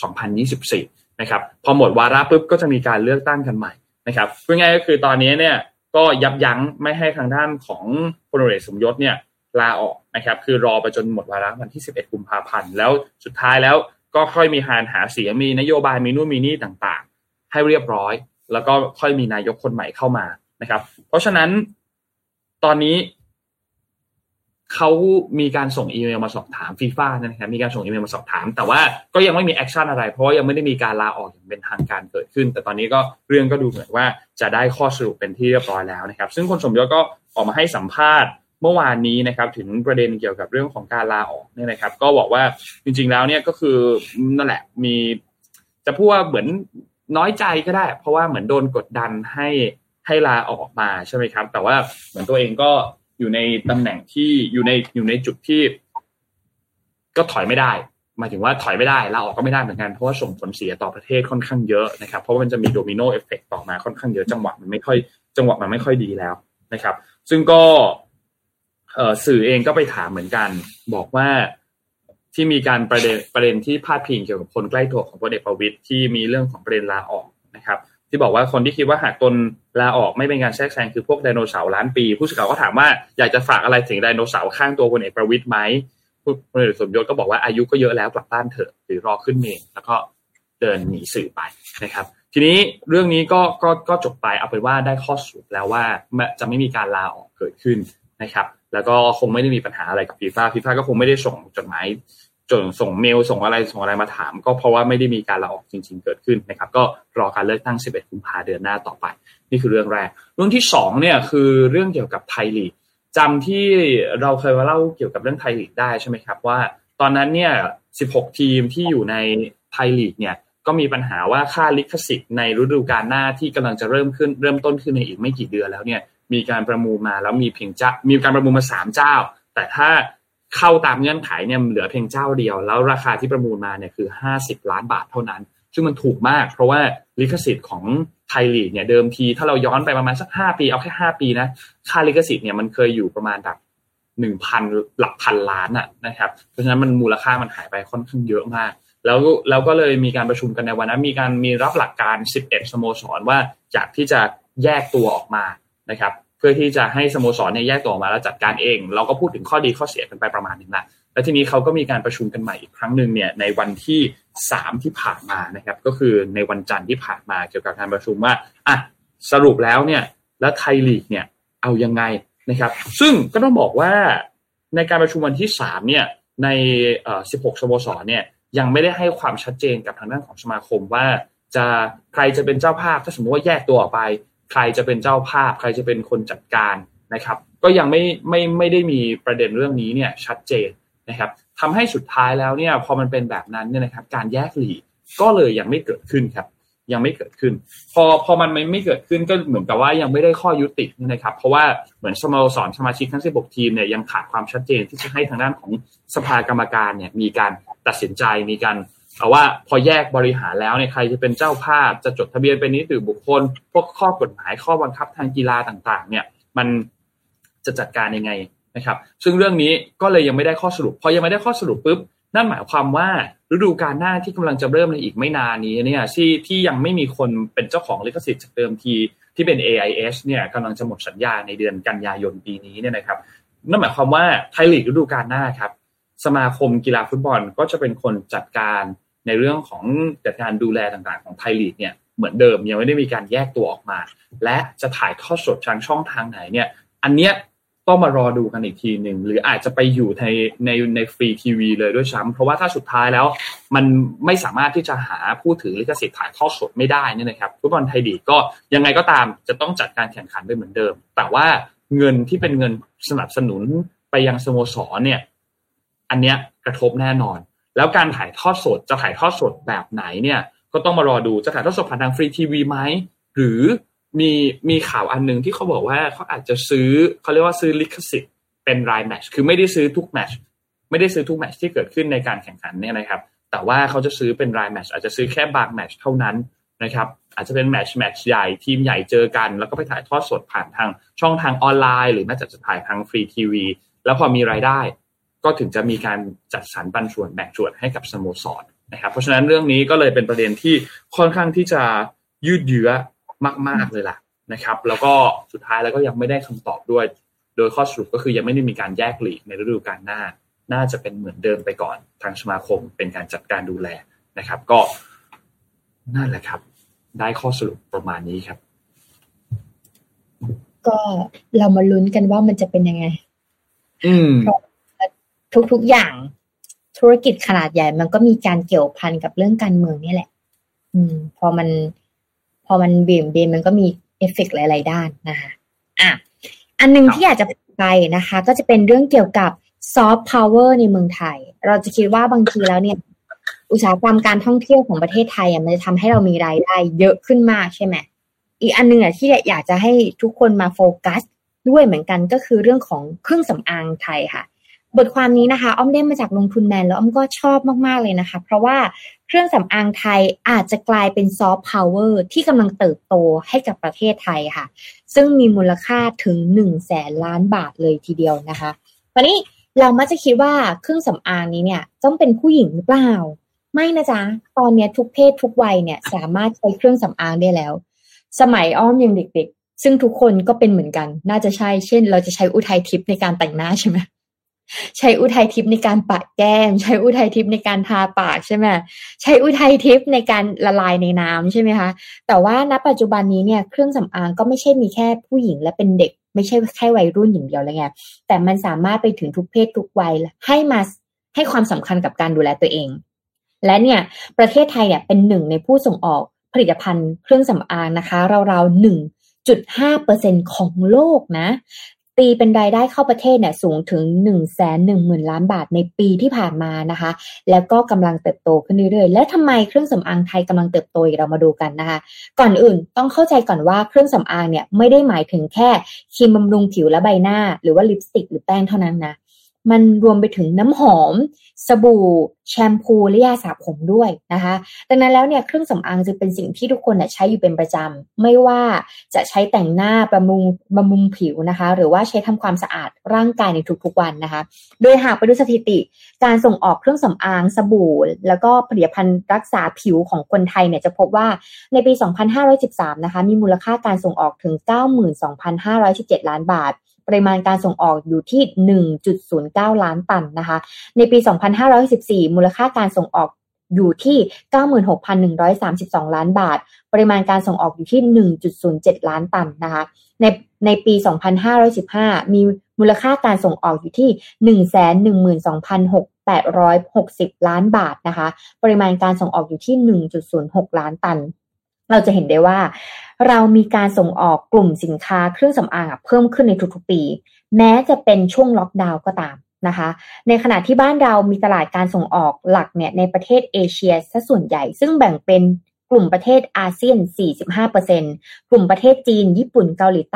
2024นะครับพอหมดวาระปุ๊บก็จะมีการเลือกตั้งกันใหม่นะครับพูดง่ายๆก็คือตอนนี้เนี่ยก็ยับยั้งไม่ให้ทางด้านของพลเอกสมยศเนี่ยลาออกนะครับคือรอไปจนหมดวาระวันที่11กุมภาพันธ์แล้วสุดท้ายแล้วก็ค่อยมีการหาเสียงมีนโยบายมีนู่นมีนี่ต่างๆให้เรียบร้อยแล้วก็ค่อยมีนายกคนใหม่เข้ามานะครับเพราะฉะนั้นตอนนี้เขามีการส่งอีเมลมาสอบถามฟีฟ่านะครับมีการส่งอีเมลมาสอบถามแต่ว่าก็ยังไม่มีแอคชั่นอะไรเพราะว่ายังไม่ได้มีการลาออกอย่างเป็นทางการเกิดขึ้นแต่ตอนนี้ก็เรื่องก็ดูเหมือนว่าจะได้ข้อสรุปเป็นที่เรียบร้อยแล้วนะครับซึ่งคุณสมยศก็ออกมาให้สัมภาษณ์เมื่อวานนี้นะครับถึงประเด็นเกี่ยวกับเรื่องของการลาออกเนี่ยนะครับก็บอกว่าจริงๆแล้วเนี่ยก็คือนั่นแหละมีจะพูดว่าเหมือนน้อยใจก็ได้เพราะว่าเหมือนโดนกดดันให้ลาออกมาใช่ไหมครับแต่ว่าเหมือนตัวเองก็อยู่ในตำแหน่งที่อยู่ในจุดที่ก็ถอยไม่ได้หมายถึงว่าถอยไม่ได้ลาออกก็ไม่ได้เหมือนกันเพราะว่าส่งผลเสียต่อประเทศค่อนข้างเยอะนะครับเพราะมันจะมีโดมิโนเอฟเฟคต่อมาค่อนข้างเยอะจังหวะมันไม่ค่อยดีแล้วนะครับซึ่งก็สื่อเองก็ไปถามเหมือนกันบอกว่าที่มีการประเด็นที่พาดพิงเกี่ยวกับคนใกล้ตัวของพลเอกประวิตรที่มีเรื่องของประเด็นลาออกนะครับที่บอกว่าคนที่คิดว่าหากตนลาออกไม่เป็นการแทรกแซงคือพวกไดโนเสาร์ล้านปีผู้สื่อข่าวก็ถามว่าอยากจะฝากอะไรถึงไดโนเสาร์ข้างตัวพลเอกประวิตรไหมพลเอกสมยศก็บอกว่าอายุก็เยอะแล้วกลับบ้านเถอะหรือรอขึ้นเมนแล้วก็เดินหนีสื่อไปนะครับทีนี้เรื่องนี้ก็จบไปเอาเป็นว่าได้ข้อสรุปแล้วว่าจะไม่มีการลาออกเกิดขึ้นนะครับแล้วก็คงไม่ได้มีปัญหาอะไรกับฟีฟ่าก็คงไม่ได้ส่งจดหมายส่งเมลส่งอะไรมาถามก็เพราะว่าไม่ได้มีการลาออกจริงๆเกิดขึ้นนะครับก็รอการเลือกตั้ง11กุมภาพันธ์เดือนหน้าต่อไปนี่คือเรื่องแรกเรื่องที่2เนี่ยคือเรื่องเกี่ยวกับไทยลีกจำที่เราเคยมาเล่าเกี่ยวกับเรื่องไทยลีกได้ใช่ไหมครับว่าตอนนั้นเนี่ย16ทีมที่อยู่ในไทยลีกเนี่ยก็มีปัญหาว่าค่าลิขสิทธิ์ในฤดูกาลหน้าที่กำลังจะเริ่มต้นขึ้นในอีกไม่กี่เดือนแล้วเนี่ยมีการประมูลมาแล้วมีการประมูลมา3เจ้าแต่ถ้าเข้าตามเงื่อนไขเนี่ยเหลือเพียงเจ้าเดียวแล้วราคาที่ประมูลมาเนี่ยคือ50ล้านบาทเท่านั้นซึ่งมันถูกมากเพราะว่าลิขสิทธิ์ของไทยลีกเนี่ยเดิมทีถ้าเราย้อนไปประมาณสัก5ปีเอาแค่5ปีนะค่าลิขสิทธิ์เนี่ยมันเคยอยู่ประมาณแบบ 1,000 หลักพันล้านนะครับเพราะฉะนั้นมันมูลค่ามันหายไปค่อนข้างเยอะมากแล้วก็เลยมีการประชุมกันในวันนั้นมีรับหลักการ11สโมสรว่าอยากที่จะแยกตัวออกมานะครับเพื่อที่จะให้สโมสรเนี่ยแยกตัวออกมาแล้วจัดการเองเราก็พูดถึงข้อดีข้อเสียกันไปประมาณนึงละแล้วทีนี้เขาก็มีการประชุมกันใหม่อีกครั้งนึงเนี่ยในวันที่3ที่ผ่านมานะครับก็คือในวันจันทร์ที่ผ่านมาเกี่ยวกับการประชุมว่าสรุปแล้วเนี่ยแล้วไทยลีกเนี่ยเอายังไงนะครับซึ่งก็ต้องบอกว่าในการประชุมวันที่3เนี่ยใน16สโมสรเนี่ยยังไม่ได้ให้ความชัดเจนกับทางด้านของสมาคมว่าใครจะเป็นเจ้าภาพถ้าสมมติว่าแยกตัวออกไปใครจะเป็นเจ้าภาพใครจะเป็นคนจัดการนะครับก็ยังไม่ได้มีประเด็นเรื่องนี้เนี่ยชัดเจนนะครับทำให้สุดท้ายแล้วเนี่ยพอมันเป็นแบบนั้นเนี่ยนะครับการแยกลีกก็เลยยังไม่เกิดขึ้นครับยังไม่เกิดขึ้นพอมันไม่เกิดขึ้นก็เหมือนกับว่ายังไม่ได้ข้อยุตินะครับเพราะว่าเหมือนสโมสรสมาชิกทั้ง16ทีมเนี่ยยังขาดความชัดเจนที่จะให้ทางด้านของสภากรรมการเนี่ยมีการตัดสินใจมีการเอาว่าพอแยกบริหารแล้วเนี่ยใครจะเป็นเจ้าภาพจะจดทะเบียนเป็นนิติบุคคลพวกข้อกฎหมายข้อบังคับทางกีฬาต่างๆเนี่ยมันจะจัดการยังไงนะครับซึ่งเรื่องนี้ก็เลยยังไม่ได้ข้อสรุปพอยังไม่ได้ข้อสรุปปุ๊บนั่นหมายความว่าฤดูกาลหน้าที่กำลังจะเริ่มในอีกไม่นานนี้เนี่ยที่ยังไม่มีคนเป็นเจ้าของลิขสิทธิ์จากเดิมทีที่เป็น AIS เนี่ยกำลังจะหมดสัญญาในเดือนกันยายนปีนี้เนี่ยนะครับนั่นหมายความว่าไทยลีกฤดูกาลหน้าครับสมาคมกีฬาฟุตบอลก็จะเป็นคนจัดการในเรื่องของจัดการดูแลต่างๆของไทยลีกเนี่ยเหมือนเดิมยังไม่ได้มีการแยกตัวออกมาและจะถ่ายทอดสดทางช่องทางไหนเนี่ยอันเนี้ยต้องมารอดูกันอีกทีหนึ่งหรืออาจจะไปอยู่ในฟรีทีวีเลยด้วยซ้ำเพราะว่าถ้าสุดท้ายแล้วมันไม่สามารถที่จะหาผู้ถือลิขสิทธิ์ถ่ายทอดสดไม่ได้เนี่ยนะครับฟุตบอลไทยลีกก็ยังไงก็ตามจะต้องจัดการแข่งขันไปเหมือนเดิมแต่ว่าเงินที่เป็นเงินสนับสนุนไปยังสโมสรเนี่ยอันเนี้ยกระทบแน่นอนแล้วการถ่ายทอดสดจะถ่ายทอดสดแบบไหนเนี่ยก็ต้องมารอดูจะถ่ายทอดสดผ่านทางฟรีทีวีไหมหรือมีข่าวอันนึงที่เขาบอกว่าเขาอาจจะเขาเรียกว่าซื้อลิขสิทธิ์เป็นรายแมตช์คือไม่ได้ซื้อทุกแมตช์ที่เกิดขึ้นในการแข่งขันเนี่ยนะครับแต่ว่าเขาจะซื้อเป็นรายแมตช์อาจจะซื้อแค่บางแมตช์เท่านั้นนะครับอาจจะเป็นแมตช์ใหญ่ทีมใหญ่เจอกันแล้วก็ไปถ่ายทอดสดผ่านทางช่องทางออนไลน์หรือแม้แต่จะถ่ายทางฟรีทีวีแล้วพอมีรายได้ก็ถึงจะมีการจัดสรรปันส่วนแบ่งส่วนให้กับสโมสรนะครับเพราะฉะนั้นเรื่องนี้ก็เลยเป็นประเด็นที่ค่อนข้างที่จะยืดเยื้อมากๆเลยล่ะนะครับแล้วก็สุดท้ายแล้วก็ยังไม่ได้คำตอบด้วยโดยข้อสรุปก็คือยังไม่ได้มีการแยกลีกในฤดูกาลหน้าน่าจะเป็นเหมือนเดิมไปก่อนทางสมาคมเป็นการจัดการดูแลนะครับก็นั่นแหละครับได้ข้อสรุปประมาณนี้ครับก็เรามาลุ้นกันว่ามันจะเป็นยังไงเพราะทุกๆอย่างธุรกิจขนาดใหญ่มันก็มีการเกี่ยวพันกับเรื่องการเมืองนี่แหละพอมันเบี่ยงเบนมันก็มีเอฟเฟกต์หลายๆด้านนะคะอันนึงที่อยากจะไปนะคะก็จะเป็นเรื่องเกี่ยวกับซอฟต์พาวเวอร์ในเมืองไทยเราจะคิดว่าบางทีแล้วเนี่ยอุตสาหกรรมการท่องเที่ยวของประเทศไทยมันจะทำให้เรามีรายได้เยอะขึ้นมากใช่ไหมอีกอันนึงที่อยากจะให้ทุกคนมาโฟกัสด้วยเหมือนกันก็คือเรื่องของเครื่องสำอางไทยค่ะบทความนี้นะคะอ้อมได้มาจากลงทุนแมนแล้วอ้อมก็ชอบมากๆเลยนะคะเพราะว่าเครื่องสำอางไทยอาจจะกลายเป็นซอฟต์พาวเวอร์ที่กำลังเติบโตให้กับประเทศไทยค่ะซึ่งมีมูลค่าถึง 100,000 ล้านบาทเลยทีเดียวนะคะตอนนี้เรามักจะคิดว่าเครื่องสำอางนี้เนี่ยต้องเป็นผู้หญิงหรือเปล่าไม่นะจ๊ะตอนนี้ทุกเพศทุกวัยเนี่ยสามารถใช้เครื่องสำอางได้แล้วสมัยอ้อมยังเด็กๆซึ่งทุกคนก็เป็นเหมือนกันน่าจะใช่เช่นเราจะใช้อุทัยทิพย์ในการแต่งหน้าใช่ไหมใช้อุทัยทิพย์ในการปะแก้มใช้อุทัยทิพย์ในการทาปากใช่ไหมใช้อุทัยทิพย์ในการละลายในน้ำใช่ไหมคะแต่ว่าณปัจจุบันนี้เนี่ยเครื่องสำอางก็ไม่ใช่มีแค่ผู้หญิงและเป็นเด็กไม่ใช่แค่วัยรุ่นอย่างเดียวเลยไงแต่มันสามารถไปถึงทุกเพศทุกวัยให้ความสำคัญกับการดูแลตัวเองและเนี่ยประเทศไทยเนี่ยเป็นหนึ่งในผู้ส่งออกผลิตภัณฑ์เครื่องสำอางนะคะราวๆ 1.5% ของโลกนะตีเป็นรายได้เข้าประเทศเนี่ยสูงถึง 110,000 ล้านบาทในปีที่ผ่านมานะคะแล้วก็กำลังเติบโตขึ้นเรื่อยๆและทำไมเครื่องสำอางไทยกำลังเติบโตเรามาดูกันนะคะก่อนอื่นต้องเข้าใจก่อนว่าเครื่องสำอางเนี่ยไม่ได้หมายถึงแค่ครีมบำรุงผิวและใบหน้าหรือว่าลิปสติกหรือแป้งเท่านั้นนะมันรวมไปถึงน้ำหอมสบู่แชมพูและยาสระผมด้วยนะคะดังนั้นแล้วเนี่ยเครื่องสำอางจึงเป็นสิ่งที่ทุกคนใช้อยู่เป็นประจำไม่ว่าจะใช้แต่งหน้าบำรุงผิวนะคะหรือว่าใช้ทำความสะอาดร่างกายในทุกๆวันนะคะโดยหากไปดูสถิติการส่งออกเครื่องสำอางสบู่แล้วก็ผลิตภัณฑ์รักษาผิวของคนไทยเนี่ยจะพบว่าในปี 2513 นะคะมีมูลค่าการส่งออกถึง 92,517 ล้านบาทปริมาณการส่งออกอยู่ที่ 1.09 ล้านตันนะคะในปี 2514 มูลค่าการส่งออกอยู่ที่ 96,132 ล้านบาทปริมาณการส่งออกอยู่ที่ 1.07 ล้านตันนะคะในปี 2515 มีมูลค่าการส่งออกอยู่ที่ 112,860 ล้านบาทนะคะปริมาณการส่งออกอยู่ที่ 1.06 ล้านตันเราจะเห็นได้ว่าเรามีการส่งออกกลุ่มสินค้าเครื่องสำอางเพิ่มขึ้นในทุกๆปีแม้จะเป็นช่วงล็อกดาวน์ก็ตามนะคะในขณะที่บ้านเรามีตลาดการส่งออกหลักเนี่ยในประเทศเอเชียซะส่วนใหญ่ซึ่งแบ่งเป็นกลุ่มประเทศอาเซียน 45% กลุ่มประเทศจีนญี่ปุ่นเกาหลีใต้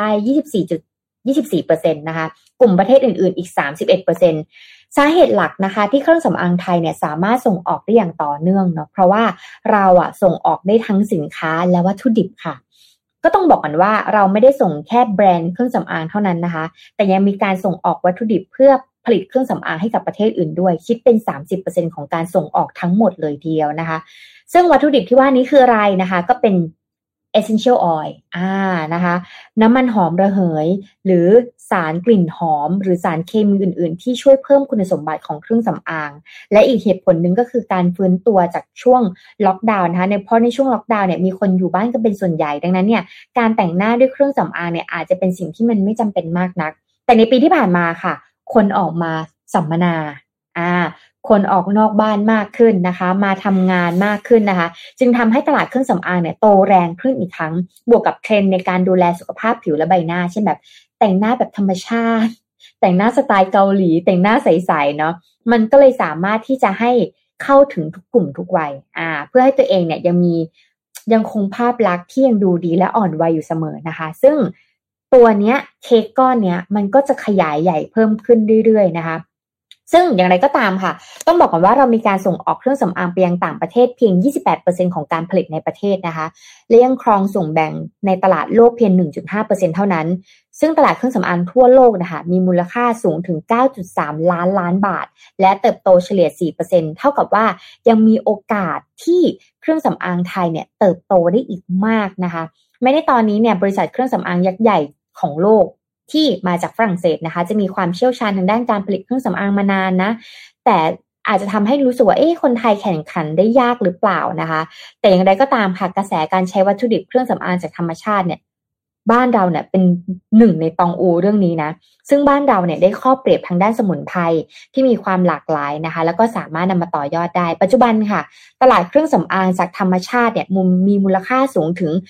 24% นะคะกลุ่มประเทศอื่นๆอีก 31%สาเหตุหลักนะคะที่เครื่องสำอางไทยเนี่ยสามารถส่งออกได้อย่างต่อเนื่องเนาะเพราะว่าเราส่งออกได้ทั้งสินค้าและวัตถุดิบค่ะก็ต้องบอกกันว่าเราไม่ได้ส่งแค่แบรนด์เครื่องสำอางเท่านั้นนะคะแต่ยังมีการส่งออกวัตถุดิบเพื่อผลิตเครื่องสำอางให้กับประเทศอื่นด้วยคิดเป็น 30% ของการส่งออกทั้งหมดเลยทีเดียวนะคะซึ่งวัตถุดิบที่ว่านี้คืออะไรนะคะก็เป็น essential oil นะคะน้ำมันหอมระเหยหรือสารกลิ่นหอมหรือสารเคมีอื่นๆที่ช่วยเพิ่มคุณสมบัติของเครื่องสำอางและอีกเหตุผลหนึ่งก็คือการฟื้นตัวจากช่วงล็อกดาวน์นะคะเพราะในช่วงล็อกดาวน์เนี่ยมีคนอยู่บ้านกันเป็นส่วนใหญ่ดังนั้นเนี่ยการแต่งหน้าด้วยเครื่องสำอางเนี่ยอาจจะเป็นสิ่งที่มันไม่จำเป็นมากนักแต่ในปีที่ผ่านมาค่ะคนออกมาสัมมนาคนออกนอกบ้านมากขึ้นนะคะมาทำงานมากขึ้นนะคะจึงทำให้ตลาดเครื่องสำอางเนี่ยโตแรงขึ้นอีกครั้งบวกกับเทรนด์ในการดูแลสุขภาพผิวและใบหน้าเช่นแบบแต่งหน้าแบบธรรมชาติแต่งหน้าสไตล์เกาหลีแต่งหน้าใสๆเนาะมันก็เลยสามารถที่จะให้เข้าถึงทุกกลุ่มทุกวัยเพื่อให้ตัวเองเนี่ยยังคงภาพลักษณ์ที่ยังดูดีและอ่อนวัยอยู่เสมอนะคะซึ่งตัวเนี้ยเค้กก้อนเนี้ยมันก็จะขยายใหญ่เพิ่มขึ้นเรื่อยๆนะคะซึ่งอย่างไรก็ตามค่ะต้องบอกก่อนว่าเรามีการส่งออกเครื่องสำอางไปยังต่างประเทศเพียง 28% ของการผลิตในประเทศนะคะและยังครองส่งแบ่งในตลาดโลกเพียง 1.5% เท่านั้นซึ่งตลาดเครื่องสำอางทั่วโลกนะคะมีมูลค่าสูงถึง 9.3 ล้านบาทและเติบโตเฉลี่ย 4% เท่ากับว่ายังมีโอกาสที่เครื่องสำอางไทยเนี่ยเติบโตได้อีกมากนะคะไม่ได้ตอนนี้เนี่ยบริษัทเครื่องสำอางยักษ์ใหญ่ของโลกที่มาจากฝรั่งเศสนะคะจะมีความเชี่ยวชาญทางด้านการผลิตเครื่องสำอางมานานนะแต่อาจจะทำให้รู้สึกว่าคนไทยแข่งขันได้ยากหรือเปล่านะคะแต่อย่างไรก็ตามค่ะกระแสการใช้วัตถุดิบเครื่องสำอางจากธรรมชาติเนี่ยบ้านเราเนี่ยเป็นหนึ่งในตองอูเรื่องนี้นะซึ่งบ้านเราเนี่ยได้ข้อเปรียบทางด้านสมุนไพรที่มีความหลากหลายนะคะแล้วก็สามารถนำมาต่อยอดได้ปัจจุบันค่ะตลาดเครื่องสำอางจากธรรมชาติเนี่ยมีมูลค่าสูงถึง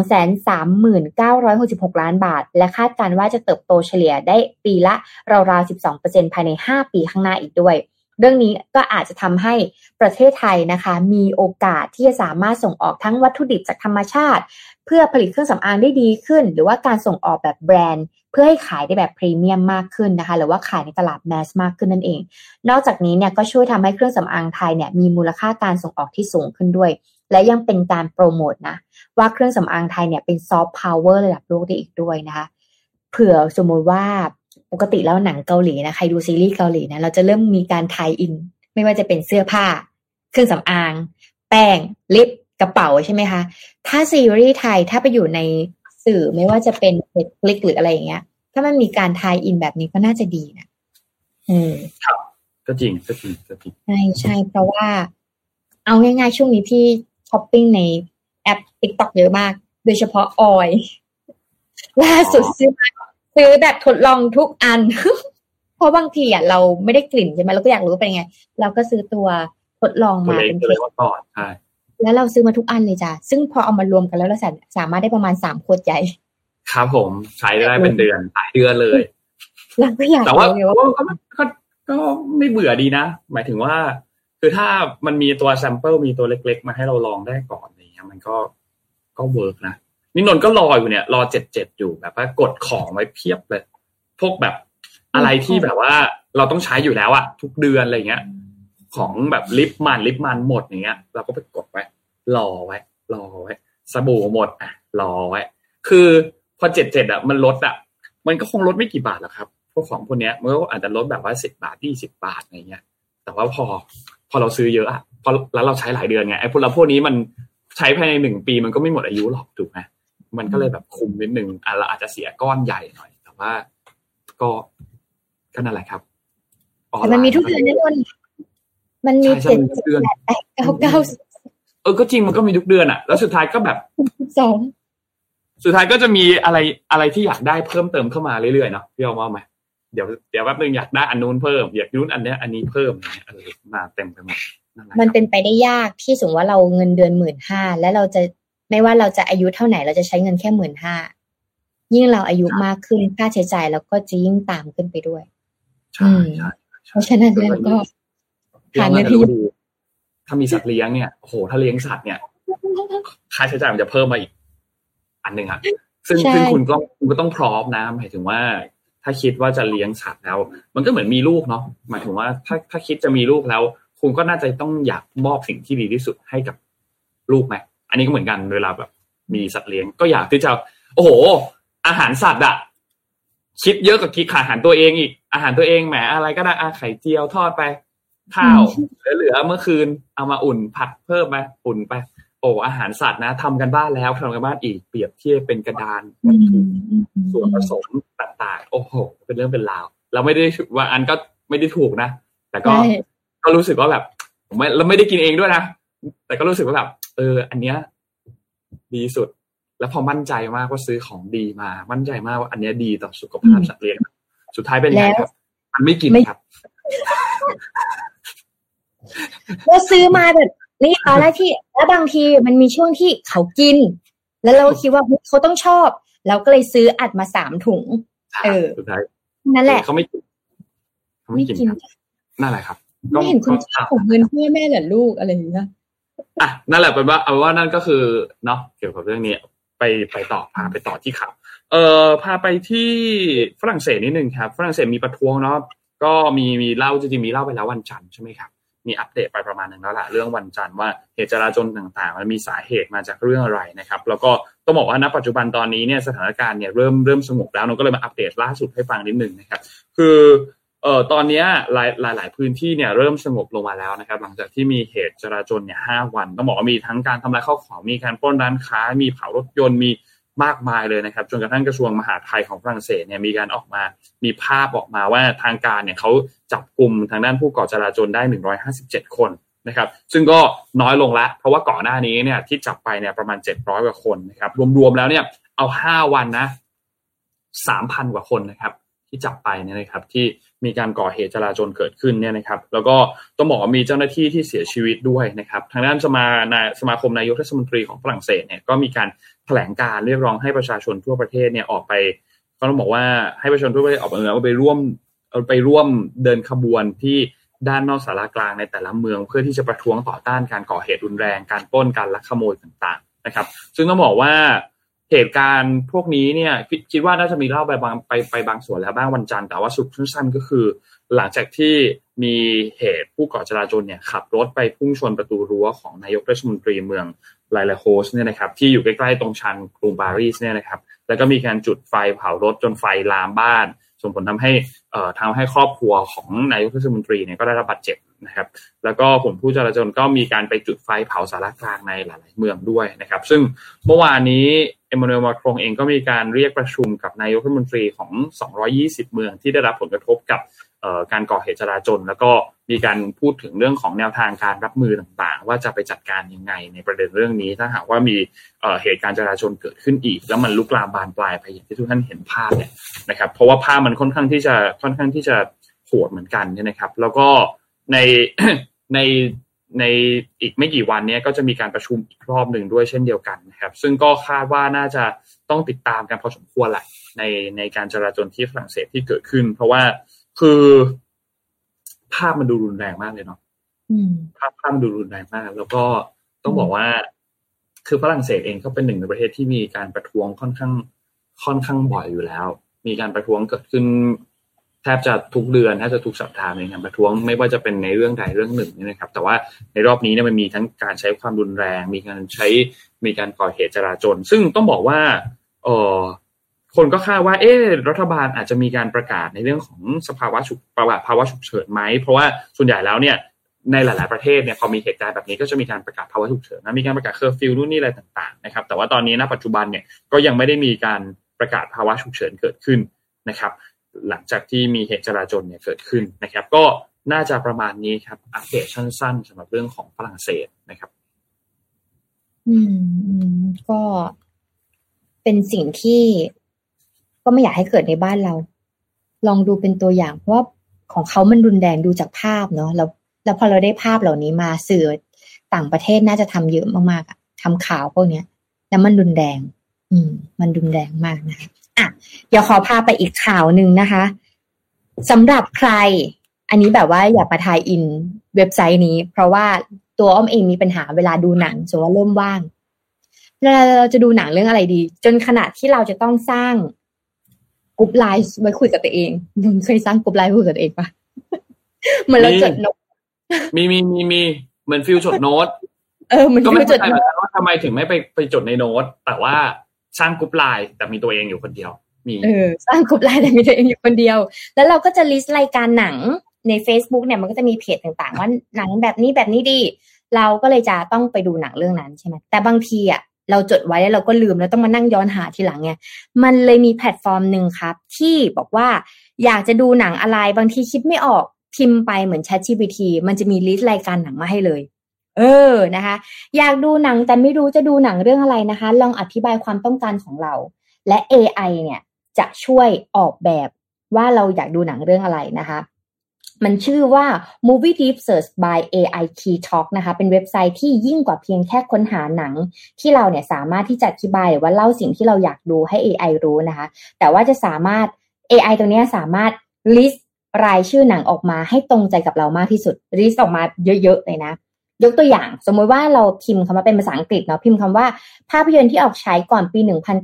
239,666 ล้านบาทและคาดการณ์ว่าจะเติบโตเฉลี่ยได้ปีละราวๆ 12% ภายใน5ปีข้างหน้าอีกด้วยเรื่องนี้ก็อาจจะทำให้ประเทศไทยนะคะมีโอกาสที่จะสามารถส่งออกทั้งวัตถุดิบจากธรรมชาติเพื่อผลิตเครื่องสำอางได้ดีขึ้นหรือว่าการส่งออกแบบแบรนด์เพื่อให้ขายได้แบบพรีเมียมมากขึ้นนะคะหรือว่าขายในตลาดแมสมากขึ้นนั่นเองนอกจากนี้เนี่ยก็ช่วยทำให้เครื่องสำอางไทยเนี่ยมีมูลค่าการส่งออกที่สูงขึ้นด้วยและยังเป็นการโปรโมทนะว่าเครื่องสำอางไทยเนี่ยเป็นซอฟต์พาวเวอร์ระดับโลกได้อีกด้วยนะคะเผื่อสมมติว่าปกติแล้วหนังเกาหลีนะใครดูซีรีส์เกาหลีนะเราจะเริ่มมีการไทยอินไม่ว่าจะเป็นเสื้อผ้าเครื่องสำอางแป้งลิปกระเป๋าใช่ไหมคะถ้าซีรีส์ไทยถ้าไปอยู่ในสื่อไม่ว่าจะเป็น Netflix หรืออะไรอย่างเงี้ยถ้ามันมีการไทยอินแบบนี้ก็น่าจะดีนะครับก็จริงใช่เพราะว่าเอาง่ายๆช่วงนี้พี่ช้อปปิ้งในแอป TikTok เยอะมากโดยเฉพาะออยล์ล่าสุดซื้อแบบทดลองทุกอัน เพราะบางทีเราไม่ได้กลิ่นใช่ไหมเราก็อยากรู้เป็นไงเราก็ซื้อตัวทดลองมาเป็นตัวก่อนใช่แล้วเราซื้อมาทุกอันเลยจ้ะซึ่งพอเอามารวมกันแล้วเราสามารถได้ประมาณ3 ขวดใหญ่ครับผมใช้ได้เป็นเดือนหลายเดือนเลยแต่ว่าก็ไม่เบื่อดีนะหมายถึงว่าคือถ้ามันมีตัวแซมเปิลมีตัวเล็กๆมาให้เราลองได้ก่อนอย่างเงี้ยมันก็เวิร์กนะนี่นนท์ก็รออยู่เนี่ยรอ77อยู่แบบว่ากดของไว้เพียบเลยพวกแบบอะไรที่แบบว่าเราต้องใช้อยู่แล้วอะทุกเดือนอะไรเงี้ยของแบบลิปมันหมดอย่างเงี้ยเราก็ไปกดไว้รอไว้สบู่หมดรอไว้คือพอ77มันลดมันก็คงลดไม่กี่บาทหรอกครับพวกของพวกเนี้ยมันก็อาจจะลดแบบว่า10 บาท20 บาทอะไรเงี้ยแต่ว่าพอเราซื้อเยอะพอแล้วเราใช้หลายเดือนไงไอ้พวกนี้มันใช้ภายใน1 ปีมันก็ไม่หมดอายุหรอกถูกไหมมันก็เลยแบบคุมนิดนึงเราอาจจะเสียก้อนใหญ่หน่อยแต่ว่าก็นั่นแหละครับแต่มันมีทุกเดือนนะนนมันมี7 8 8 9 9 ก็จริงมันก็มีทุกเดือนอ่ะแล้วสุดท้ายก็แบบ 2 สุดท้ายก็จะมีอะไรที่อยากได้เพิ่มเติมเข้ามาเรื่อยๆเนาะพี่เอาว่าไหมเดี๋ยวแป๊บนึงอยากได้อันนู้นเพิ่มอยากนู้นอันนี้อันนี้เพิ่มอะไรมาเต็มไปหมดมันเป็นไปได้ยากที่สมมติว่าเราเงินเดือน 15,000 แล้วเราจะไม่ว่าเราจะอายุเท่าไหร่เราจะใช้เงินแค่ 15,000 ยิ่งเราอายุมากขึ้นค่าใช้จ่ายเราก็จะยิ่งตามขึ้นไปด้วยใช่เพราะฉะนั้นแล้วก็หาเงินที่ถ้ามีสัตว์เลี้ยงเนี่ยโอ้โหถ้าเลี้ยงสัตว์เนี่ยค่าใช้จ่ายมันจะเพิ่มมาอีกอันนึงอ่ะซึ่งคุณก็ต้องพร้อมนะหมายถึงว่าถ้าคิดว่าจะเลี้ยงสัตว์แล้วมันก็เหมือนมีลูกเนาะหมายถึงว่าถ้าคิดจะมีลูกแล้วคุณก็น่าจะต้องอยากมอบสิ่งที่ดีที่สุดให้กับลูกไหมอันนี้ก็เหมือนกันเวลาแบบมีสัตว์เลี้ยงก็อยากที่จะโอ้โหอาหารสัตว์อะคิดเยอะกว่าคิดอาหารตัวเองอีกอาหารตัวเองแหมอะไรก็ได้ไข่เจียวทอดไปข้าวเหลือเมื่อคืนเอามาอุ่นผัดเพิ่มไปอุ่นไปโอ้อาหารสัตว์นะทำกันบ้านแล้วทำกันบ้านอีกเปรียบเทียบเป็นกระดานวัตถุส่วนผสมต่างๆโอ้โหเป็นเรื่องเป็นราวเราไม่ได้ว่าอันก็ไม่ได้ถูกนะแต่ก็รู้สึกว่าแบบเราไม่ได้กินเองด้วยนะแต่ก็รู้สึกว่าแบบอันเนี้ยดีสุดแล้วพอมั่นใจมากว่าซื้อของดีมามั่นใจมากว่าอันเนี้ยดีต่อสุขภาพสัตว์เลี้ยงสุดท้ายเป็นไงครับมันไม่กินครับเราซื้อมาแบบนี่ตอนแรกที่แล้วบางทีมันมีช่วงที่เขากินแล้วเราคิดว่าเขาต้องชอบเราก็เลยซื้ออัดมา3 ถุงสุดท้ายนั่นแหละเขาไม่กินนั่นแหละครับไม่เห็นคุณค่าของเงินพ่อแม่หรือลูกอะไรอย่างเงี้ยนั่นแหละเป็นว่าเอาว่านั่นก็คือเนาะเกี่ยวกับเรื่องนี้ไปต่อพาไปต่อที่ข่าวพาไปที่ฝรั่งเศสนิดนึงครับฝรั่งเศสมีประท้วงเนาะก็มีเล่าจริงๆมีเล่าไปแล้ววันจันทร์ใช่ไหมครับมีอัปเดตไปประมาณนึงแล้วล่ะเรื่องวันจันทร์ว่าเหตุจราจรต่างๆมันมีสาเหตุมาจากเรื่องอะไรนะครับแล้วก็ต้องบอกว่าณปัจจุบันตอนนี้เนี่ยสถานการณ์เนี่ยเริ่มสงบแล้วเราก็เลยมาอัปเดตล่าสุดให้ฟังนิดนึงนะครับคือตอนนี้หลายพื้นที่เนี่ยเริ่มสงบลงมาแล้วนะครับหลังจากที่มีเหตุจราจรเนี่ย5 วันต้องบอกว่ามีทั้งการทำลายข้าวของมีการปล้นร้านค้ามีเผารถยนต์มีมากมายเลยนะครับจนกระทั่งกระทรวงมหาดไทยของฝรั่งเศสเนี่ยมีการออกมามีภาพออกมาว่าทางการเนี่ยเขาจับกลุ่มทางด้านผู้ก่อจราจรได้157 คนนะครับซึ่งก็น้อยลงแล้วเพราะว่าก่อนหน้านี้เนี่ยที่จับไปเนี่ยประมาณ700 กว่าคนนะครับรวมๆแล้วเนี่ยเอา5 วันนะ 3,000 กว่าคนนะครับที่จับไปเนี่ยนะครับที่มีการก่อเหตุจราจรเกิดขึ้นเนี่ยนะครับแล้วก็ต้องบอกว่ามีเจ้าหน้าที่ที่เสียชีวิตด้วยนะครับทางด้านสมาคมนายกเทศมนตรีของฝรั่งเศสเนี่ยก็มีการแถลงการเรียกร้องให้ประชาชนทั่วประเทศเนี่ยออกไปก็ต้องบอกว่าให้ประชาชนทั่วประเทศออกไปร่วมเดินขบวนที่ด้านนอกศาลากลางในแต่ละเมืองเพื่อที่จะประท้วงต่อต้านการก่อเหตุรุนแรงการปล้นการลักขโมยต่างๆนะครับซึ่งต้องบอกว่าเหตุการณ์พวกนี้เนี่ยคิดว่าน่าจะมีเล่าไปบางส่วนแล้วบ้างวันจันทร์แต่ว่าสุดสั้นๆก็คือหลังจากที่มีเหตุผู้ก่อจราจรเนี่ยขับรถไปพุ่งชนประตูรั้วของนายกรัฐมนตรีเมืองไลลาโคสเนี่ยนะครับที่อยู่ใกล้ๆตรงชานกรุงปารีสเนี่ยนะครับแล้วก็มีการจุดไฟเผารถจนไฟลามบ้านส่งผลทำให้ครอบครัวของนายกรัฐมนตรีเนี่ยก็ได้รับบาดเจ็บนะครับแล้วก็กลุ่มผู้จราจรก็มีการไปจุดไฟเผาศาลากลางในหลายๆเมืองด้วยนะครับซึ่งเมื่อวานนี้เอมมานูเอล มาครงเองก็มีการเรียกประชุมกับนายกรัฐมนตรีของ220 เมืองที่ได้รับผลกระทบกับการก่อเหตุจราจรแล้วก็มีการพูดถึงเรื่องของแนวทางการรับมือต่างๆว่าจะไปจัดการยังไงในประเด็นเรื่องนี้ถ้าหากว่ามีเหตุการณ์จราจรเกิดขึ้นอีกแล้วมันลุกลามบานปลายไปอย่างที่ทุกท่านเห็นภาพเนี่ยนะครับเพราะว่าภาพมันค่อนข้างที่จะโหดเหมือนกันเนี่ยนะครับแล้วก็ในอีกไม่กี่วันนี้ก็จะมีการประชุมอีกรอบหนึ่งด้วยเช่นเดียวกันนะครับซึ่งก็คาดว่าน่าจะต้องติดตามกันพอสมควรแหละในการจราจรที่ฝรั่งเศสที่เกิดขึ้นเพราะว่าคือภาพมันดูรุนแรงมากเลยเนาะภาพมันดูรุนแรงมากแล้วก็ต้องบอกว่าคือฝรั่งเศสเองก็เป็นหนึ่งในประเทศที่มีการประท้วงค่อนข้างบ่อยอยู่แล้วมีการประท้วงเกิดขึ้นแทบจะทุกเดือนแทบจะทุกสัปดาห์ในการประท้วงไม่ว่าจะเป็นในเรื่องใดเรื่องหนึ่งนี่นะครับแต่ว่าในรอบนี้เนี่ยมันมีทั้งการใช้ความรุนแรงมีการก่อเหตุจราจรซึ่งต้องบอกว่าคนก็คาดว่ารัฐบาลอาจจะมีการประกาศในเรื่องของภาวะฉุกเฉินไหมเพราะว่าส่วนใหญ่แล้วเนี่ยในหลายๆประเทศเนี่ยพอมีเหตุการณ์แบบนี้ก็จะมีการประกาศภาวะฉุกเฉินนะมีการประกาศเคอร์ฟิวนู่นนี่อะไรต่างๆนะครับแต่ว่าตอนนี้ณปัจจุบันเนี่ยก็ยังไม่ได้มีการประกาศภาวะฉุกเฉินเกิดขึ้นนะครับหลังจากที่มีเหตุจราจรเนี่ยเกิดขึ้นนะครับก็น่าจะประมาณนี้ครับอัปเดตสั้นๆสำหรับเรื่องของฝรั่งเศสนะครับก็เป็นสิ่งที่ก็ไม่อยากให้เกิดในบ้านเราลองดูเป็นตัวอย่างเพราะว่าของเขามันรุนแรงดูจากภาพเนาะแล้วพอเราได้ภาพเหล่านี้มาสื่อต่างประเทศน่าจะทำเยอะมากๆทำข่าวพวกเนี้ยแล้วมันรุนแรงมันรุนแรงมากนะคะเดี๋ยวขอพาไปอีกข่าวหนึ่งนะคะสำหรับใครอันนี้แบบว่าอยากมาทายอินเว็บไซต์นี้เพราะว่าตัวอ้อมเองมีปัญหาเวลาดูหนังสมมติว่าเริ่มว่างเราจะดูหนังเรื่องอะไรดีจนขนาดที่เราจะต้องสร้างกรุ๊ปไลน์ไว้คุยกับตัวเองมึงเคยสร้างกรุ๊ปไลน์คุยกับตัวเองปะเหมือนเราจดโน้ตมีเหมือนฟิลจดโน้ตมันก็ไม่เข้าใจเหมือนกันว่าทำไมถึงไม่ไปจดในโน้ตแต่ว่าสร้างกรุ๊ปไลน์แต่มีตัวเองอยู่คนเดียวมีสร้างกลุ่มไลน์แต่มีตัวเองอยู่คนเดียวแล้วเราก็จะลิสต์รายการหนังใน Facebook เนี่ยมันก็จะมีเพจต่างๆว่าหนังแบบนี้ดีเราก็เลยจะต้องไปดูหนังเรื่องนั้นใช่ไหมแต่บางทีเราจดไว้แล้วเราก็ลืมแล้วต้องมานั่งย้อนหาทีหลังไงมันเลยมีแพลตฟอร์มนึงครับที่บอกว่าอยากจะดูหนังอะไรบางทีคิดไม่ออกพิมพ์ไปเหมือน ChatGPT มันจะมีลิสต์รายการหนังมาให้เลยนะคะอยากดูหนังแต่ไม่รู้จะดูหนังเรื่องอะไรนะคะลองอธิบายความต้องการของเราและ AI เนี่ยจะช่วยออกแบบว่าเราอยากดูหนังเรื่องอะไรนะคะมันชื่อว่า Movie Deep Search by AI Key Talk นะคะเป็นเว็บไซต์ที่ยิ่งกว่าเพียงแค่ค้นหาหนังที่เราเนี่ยสามารถที่จะอธิบายหรือว่าเล่าสิ่งที่เราอยากดูให้ AI รู้นะคะแต่ว่าจะสามารถ AI ตัวนี้สามารถ list รายชื่อหนังออกมาให้ตรงใจกับเรามากที่สุด list ออกมาเยอะๆเลยนะยกตัวอย่างสมมติว่าเราพิมพ์คำว่าเป็นภาษาอังกฤษเนาะพิมพ์คำว่าภาพยนตร์ที่ออกฉายก่อนปี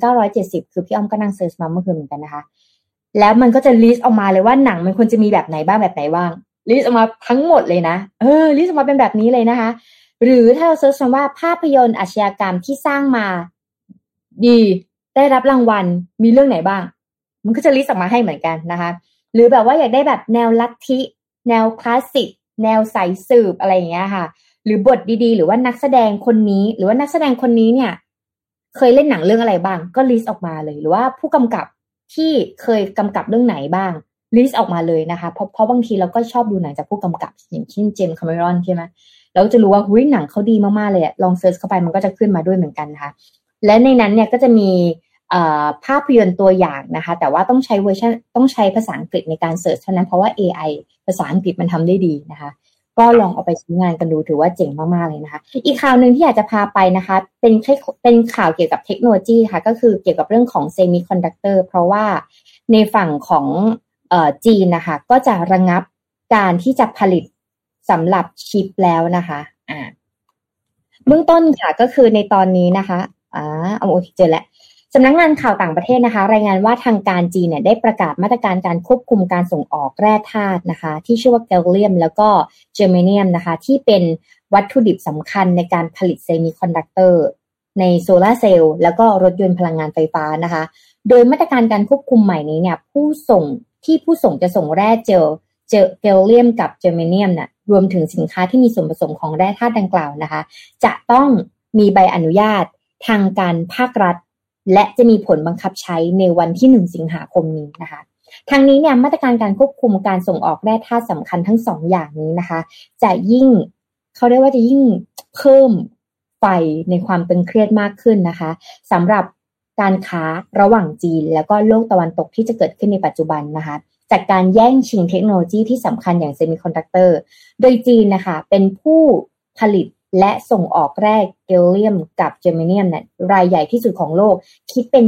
1970คือพี่อ้อมก็นั่งเซิร์ชมาเมื่อคืนเหมือนกันนะคะแล้วมันก็จะลิสต์ออกมาเลยว่าหนังมันควรจะมีแบบไหนบ้างลิสต์ออกมาทั้งหมดเลยนะลิสต์ออกมาเป็นแบบนี้เลยนะคะหรือถ้าเราเซิร์ชคำว่าภาพยนตร์อาชญากรรมที่สร้างมาดีได้รับรางวัลมีเรื่องไหนบ้างมันก็จะลิสต์ออกมาให้เหมือนกันนะคะหรือแบบว่าอยากได้แบบแนวลัทธิแนวคลาสสิกแนวสายสืบอะไรอย่างเงี้ยค่ะหรือบทดีๆหรือว่านักแสดงคนนี้หรือว่านักแสดงคนนี้เนี่ยเคยเล่นหนังเรื่องอะไรบ้างก็ลิสต์ออกมาเลยหรือว่าผู้กำกับที่เคยกำกับเรื่องไหนบ้างลิสต์ออกมาเลยนะคะเพราะบางทีเราก็ชอบดูหนังจากผู้กำกับอย่างเช่นเจมส์คาเมรอนใช่ไหมเราจะรู้ว่าหนังเขาดีมากๆเลยลองเซิร์ชเข้าไปมันก็จะขึ้นมาด้วยเหมือนกันนะคะและในนั้นเนี่ยก็จะมีภาพยนตร์ตัวอย่างนะคะแต่ว่าต้องใช้เวอร์ชันต้องใช้ภาษาอังกฤษในการเสิร์ชเท่านั้นเพราะว่า AI ภาษาอังกฤษมันทำได้ดีนะคะก็ลองเอาไปใช้งานกันดูถือว่าเจ๋งมากๆเลยนะคะอีกข่าวนึงที่อยากจะพาไปนะคะเป็นข่าวเกี่ยวกับเทคโนโลยีค่ะก็คือเกี่ยวกับเรื่องของเซมิคอนดักเตอร์เพราะว่าในฝั่งของจีนนะคะก็จะระงับการที่จะผลิตสำหรับชิปแล้วนะคะเบื้องต้นค่ะก็คือในตอนนี้นะคะโอเคเจอแล้วสำนักงานข่าวต่างประเทศนะคะรายงานว่าทางการจีนเนี่ยได้ประกาศมาตรการการควบคุมการส่งออกแร่ธาตุนะคะที่ชื่อว่าแกลเลียมแล้วก็เจอร์เมเนียมนะคะที่เป็นวัตถุดิบสำคัญในการผลิตเซมิคอนดักเตอร์ในโซลาร์เซลล์แล้วก็รถยนต์พลังงานไฟฟ้านะคะโดยมาตรการการควบคุมใหม่นี้เนี่ยผู้ส่งจะส่งแร่แกลเลียมกับเจอร์เมเนียมเนี่ยรวมถึงสินค้าที่มีส่วนผสมของแร่ธาตุดังกล่าวนะคะจะต้องมีใบอนุญาตทางการภาครัฐและจะมีผลบังคับใช้ในวันที่1สิงหาคมนี้นะคะทางนี้เนี่ยมาตรการการควบคุมการส่งออกแร่ธาตุสำคัญทั้ง2อย่างนี้นะคะจะยิ่งเขาเรียกว่าจะยิ่งเพิ่มไฟในความตึงเครียดมากขึ้นนะคะสำหรับการค้าระหว่างจีนแล้วก็โลกตะวันตกที่จะเกิดขึ้นในปัจจุบันนะคะจากการแย่งชิงเทคโนโลยีที่สำคัญอย่างเซมิคอนดักเตอร์โดยจีนนะคะเป็นผู้ผลิตและส่งออกแร่แกลเลียมกับเจอร์เมเนียมเนี่ยรายใหญ่ที่สุดของโลกคิดเป็น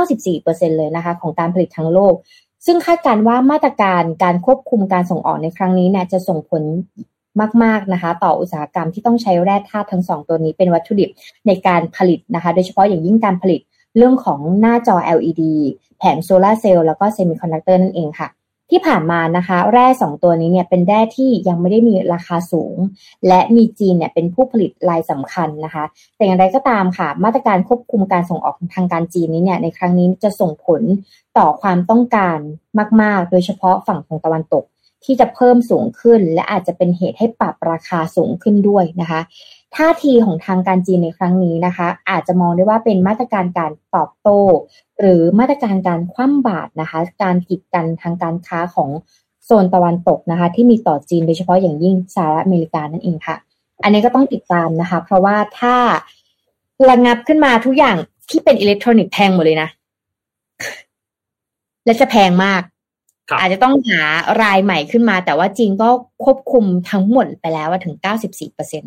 94% เลยนะคะของการผลิตทั้งโลกซึ่งคาดการณ์ว่ามาตรการการควบคุมการส่งออกในครั้งนี้เนี่ยจะส่งผลมากๆนะคะต่ออุตสาหกรรมที่ต้องใช้แร่ธาตุทั้ง2ตัวนี้เป็นวัตถุดิบในการผลิตนะคะโดยเฉพาะอย่างยิ่งการผลิตเรื่องของหน้าจอ LED แผงโซลาร์เซลล์แล้วก็เซมิคอนดักเตอร์นั่นเองค่ะที่ผ่านมานะคะแร่2ตัวนี้เนี่ยเป็นแร่ที่ยังไม่ได้มีราคาสูงและมีจีนเนี่ยเป็นผู้ผลิตรายสำคัญนะคะแต่อย่างไรก็ตามค่ะมาตรการควบคุมการส่งออกทางการจีนนี้เนี่ยในครั้งนี้จะส่งผลต่อความต้องการมากๆโดยเฉพาะฝั่งของตะวันตกที่จะเพิ่มสูงขึ้นและอาจจะเป็นเหตุให้ปรับราคาสูงขึ้นด้วยนะคะท่าทีของทางการจีนในครั้งนี้นะคะอาจจะมองได้ว่าเป็นมาตรการการตอบโต้หรือมาตรการการคว่ำบาตรนะคะการกีดกันทางการค้าของโซนตะวันตกนะคะที่มีต่อจีนโดยเฉพาะอย่างยิ่งสหรัฐอเมริกานั่นเองค่ะอันนี้ก็ต้องติดตามนะคะเพราะว่าถ้าระงับขึ้นมาทุกอย่างที่เป็นอิเล็กทรอนิกส์แพงหมดเลยนะและจะแพงมากอาจจะต้องหารายใหม่ขึ้นมาแต่ว่าจีนก็ควบคุมทั้งหมดไปแล้วถึง 94%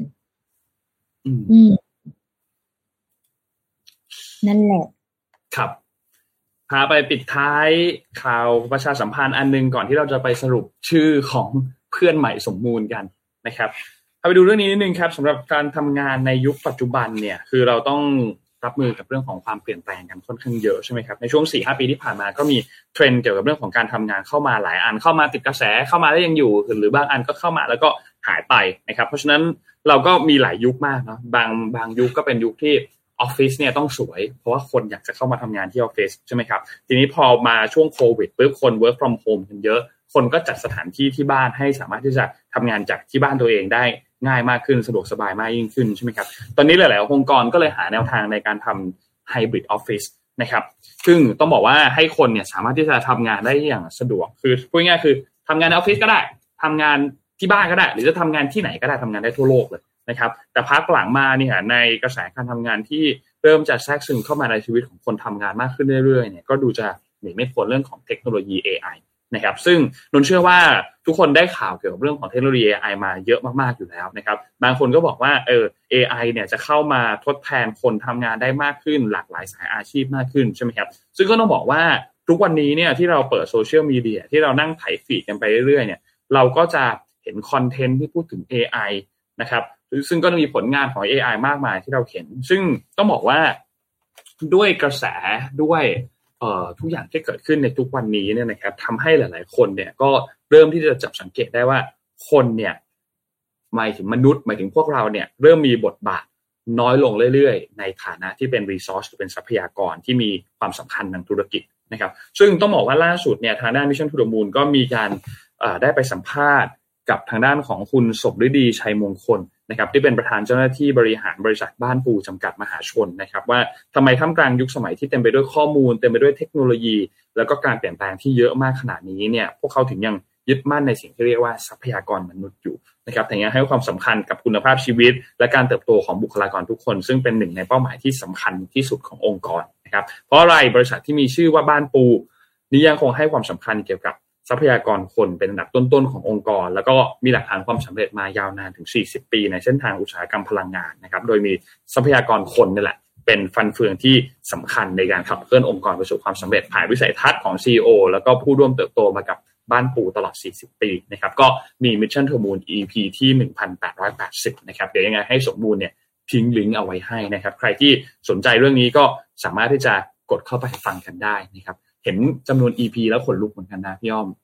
นั่นแหละครับพาไปปิดท้ายข่าวประชาสัมพันธ์อันนึงก่อนที่เราจะไปสรุปชื่อของเพื่อนใหม่สมมูลกันนะครับพาไปดูเรื่องนี้นิดนึงครับสำหรับการทำงานในยุคปัจจุบันเนี่ยคือเราต้องรับมือกับเรื่องของความเปลี่ยนแปลงกันค่อนข้างเยอะใช่ไหมครับในช่วง 4-5 ปีที่ผ่านมาก็มีเทรนด์เกี่ยวกับเรื่องของการทำงานเข้ามาหลายอันเข้ามาติดกระแสเข้ามาแล้วยังอยู่หรือบางอันก็เข้ามาแล้วก็หายไปนะครับเพราะฉะนั้นเราก็มีหลายยุคมากเนาะบางยุคก็เป็นยุคที่ออฟฟิศเนี่ยต้องสวยเพราะว่าคนอยากจะเข้ามาทำงานที่ออฟฟิศใช่ไหมครับทีนี้พอมาช่วงโควิดปุ๊บคน work from home กันเยอะคนก็จัดสถานที่ที่บ้านให้สามารถที่จะทำงานจากที่บ้านตัวเองได้ง่ายมากขึ้นสะดวกสบายมากยิ่งขึ้นใช่ไหมครับตอนนี้หลายๆองค์กรก็เลยหาแนวทางในการทำ hybrid office นะครับซึ่งต้องบอกว่าให้คนเนี่ยสามารถที่จะทำงานได้อย่างสะดวกคือพูดง่ายๆคือทำงานในออฟฟิศก็ได้ทำงานที่บ้านก็ได้หรือจะทำงานที่ไหนก็ได้ทำงานได้ทั่วโลกเลยนะครับแต่พักหลังมาเนี่ยในกระแสการทำงานที่เริ่มจะแทรกซึมเข้ามาในชีวิตของคนทำงานมากขึ้นเรื่อยๆเนี่ยก็ดูจะหนีไม่พ้นเรื่องของเทคโนโลยี AI นะครับซึ่งนนเชื่อว่าทุกคนได้ข่าวเกี่ยวกับเรื่องของเทคโนโลยี AI มาเยอะมากๆอยู่แล้วนะครับบางคนก็บอกว่าAI เนี่ยจะเข้ามาทดแทนคนทำงานได้มากขึ้นหลากหลายสายอาชีพมากขึ้นใช่ไหมครับซึ่งก็ต้องบอกว่าทุกวันนี้เนี่ยที่เราเปิดโซเชียลมีเดียที่เรานั่งไถฟีดกันไปเรื่อยๆเนี่ยเราก็จะเห็นคอนเทนต์ที่พูดถึง AI นะครับซึ่งก็มีผลงานของ AI มากมายที่เราเห็นซึ่งต้องบอกว่าด้วยกระแสด้วยทุกอย่างที่เกิดขึ้นในทุกวันนี้เนี่ยนะครับทำให้หลายๆคนเนี่ยก็เริ่มที่จะจับสังเกตได้ว่าคนเนี่ยหมายถึงมนุษย์หมายถึงพวกเราเนี่ยเริ่มมีบทบาทน้อยลงเรื่อยๆในฐานะที่เป็น resource หรือเป็นทรัพยากรที่มีความสำคัญทางธุรกิจนะครับซึ่งต้องบอกว่าล่าสุดเนี่ยทางด้าน Mission to the Moon ก็มีการได้ไปสัมภาษณ์กับทางด้านของคุณสมฤดีชัยมงคลนะครับที่เป็นประธานเจ้าหน้าที่บริหารบริษัทบ้านปูจำกัดมหาชนนะครับว่าทำไมท่ามกลางยุคสมัยที่เต็มไปด้วยข้อมูลเต็มไปด้วยเทคโนโลยีแล้วก็การเปลี่ยนแปลงที่เยอะมากขนาดนี้เนี่ยพวกเขาถึงยังยึดมั่นในสิ่งที่เรียกว่าทรัพยากรมนุษย์อยู่นะครับแต่ยังให้ความสำคัญกับคุณภาพชีวิตและการเติบโตของบุคลากรทุกคนซึ่งเป็นหนึ่งในเป้าหมายที่สำคัญที่สุดขององค์กรนะครับเพราะอะไรบริษัทที่มีชื่อว่าบ้านปูนี้ยังคงให้ความสำคัญเกี่ยวกับทรัพยากรคนเป็นอันดับต้นๆขององค์กรแล้วก็มีหลักฐานความสำเร็จมายาวนานถึง40ปีในเส้นทางอุตสาหกรรมพลังงานนะครับโดยมีทรัพยากรคนนี่แหละเป็นฟันเฟืองที่สำคัญในการขับเคลื่อนองค์กรไปสู่ความสำเร็จผ่านวิสัยทัศน์ของ CEO แล้วก็ผู้ร่วมเติบโตมากับบ้านปูตลอด40ปีนะครับก็มี Mission to the Moon EP ที่ 1880 นะครับเดี๋ยวยังไงให้สมบูรณ์เนี่ยทิ้งลิงก์เอาไว้ให้นะครับใครที่สนใจเรื่องนี้ก็สามารถที่จะกดเข้าไปฟังกันได้นะครับเห็นจำนวน EP แล้วขนลุกเหมือนกันนะพี่อ้อม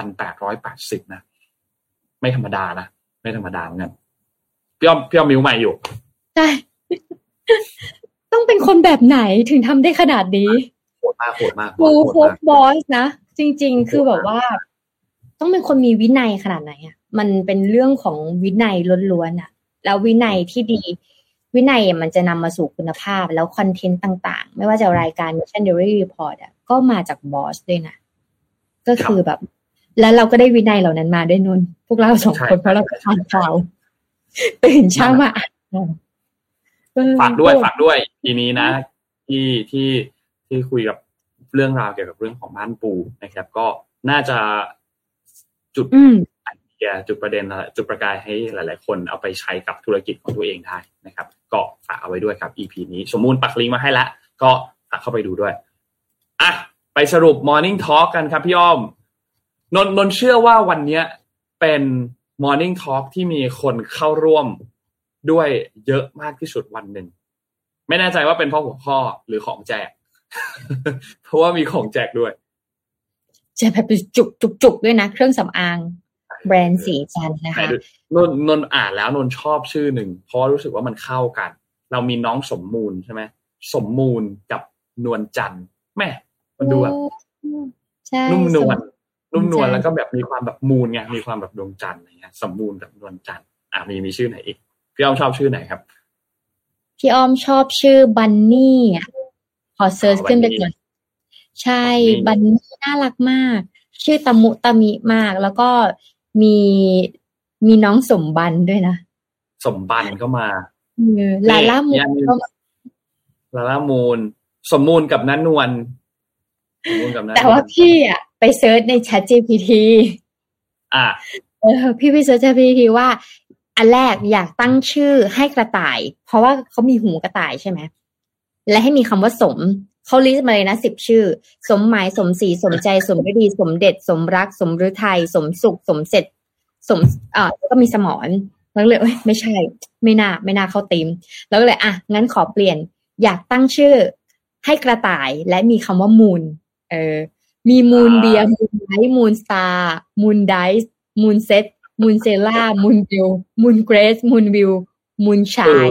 1,880 นะไม่ธรรมดานะไม่ธรรมดาเหมือนกันพี่อ้อมมิวใหม่อยู่ใช่ ต้องเป็นคนแบบไหนถึงทำได้ขนาดนี้โหดมากโค้ชบอสนะจริงๆคือแบบว่าต้องเป็นคนมีวินัยขนาดไหนอ่ะมันเป็นเรื่องของวินัยล้วนๆอ่ะแล้ววินัยที่ดีวินัยมันจะนำมาสู่คุณภาพแล้วคอนเทนต์ต่างๆไม่ว่าจะรายการ Mission Daily Report อ่ะก็มาจากบอสด้วยนะก็คือแบบแล้วเราก็ได้วินัยเหล่านั้นมาด้วยนุ่นพวกเราสองคนเพราะเราก็อ่านข่าวตื่นเช้ามาฝากด้วยทีนี้นะที่คุยกับเรื่องราวเกี่ยวกับเรื่องของบ้านปูนะครับก็น่าจะจุดไอเดียจุดประเด็นจุดประกายให้หลายๆคนเอาไปใช้กับธุรกิจของตัวเองได้นะครับก็ฝากเอาไว้ด้วยครับ EP นี้สมมูลปักลิงก์มาให้แล้วก็ฝากเข้าไปดูด้วยอ่ะไปสรุป Morning Talk กันครับพี่อ้อมนนเชื่อว่าวันนี้เป็น Morning Talk ที่มีคนเข้าร่วมด้วยเยอะมากที่สุดวันหนึ่งไม่แน่ใจว่าเป็นเพราะหัวข้อหรือของแจก เพราะว่ามีของแจกด้วยแจกแบบจุกด้วยนะเครื่องสำอางแบรนด์สีจันนะคะนนอ่านแล้วนนชอบชื่อหนึ่งเพราะรู้สึกว่ามันเข้ากันเรามีน้องสมมูลใช่ไหมสมมูลกับนวลจันทร์แม่มันดูแบบนุ่มนวลแล้วก็แบบมีความแบบมูลไงมีความแบบดวงจันทร์อะไรเงี้ยสมมูลกับนวลจันทร์มีชื่อไหนอีกพี่อ้อมชอบชื่อไหนครับพี่อ้อมชอบชื่อบันนี่ขอเซิร์ชขึ้นไปก่อนใช่บันนี่น่ารักมากชื่อตะมุตะมิมากแล้วก็มีน้องสมบันด้วยนะสมบันก็มาลาล่ามูนลาล่ามูนสมมูลกับนันนวลแต่ว่าพี่อ่ะไปเซิร์ชใน ChatGPT พี่เซิร์ช ChatGPT ว่าอันแรกอยากตั้งชื่อให้กระต่ายเพราะว่าเขามีหูกระต่ายใช่ไหมและให้มีคำว่าสมเขาลิสต์มาเลยนะ10ชื่อสมหมายสมศรีสมใจสมฤดีสมเด็จสมรักสมฤทัยสมสุขสมเสร็จแล้วก็มีสมรแล้วเลยไม่ใช่ไม่น่าเข้าธีมแล้วก็เลยงั้นขอเปลี่ยนอยากตั้งชื่อให้กระต่ายและมีคำว่ามูนมีมูนเบียร์มูนไนท์มูนสตาร์มูนไดส์มูนเซตมูนเซล่ามูนวิวมูนเกรสมูนวิวมูนชาย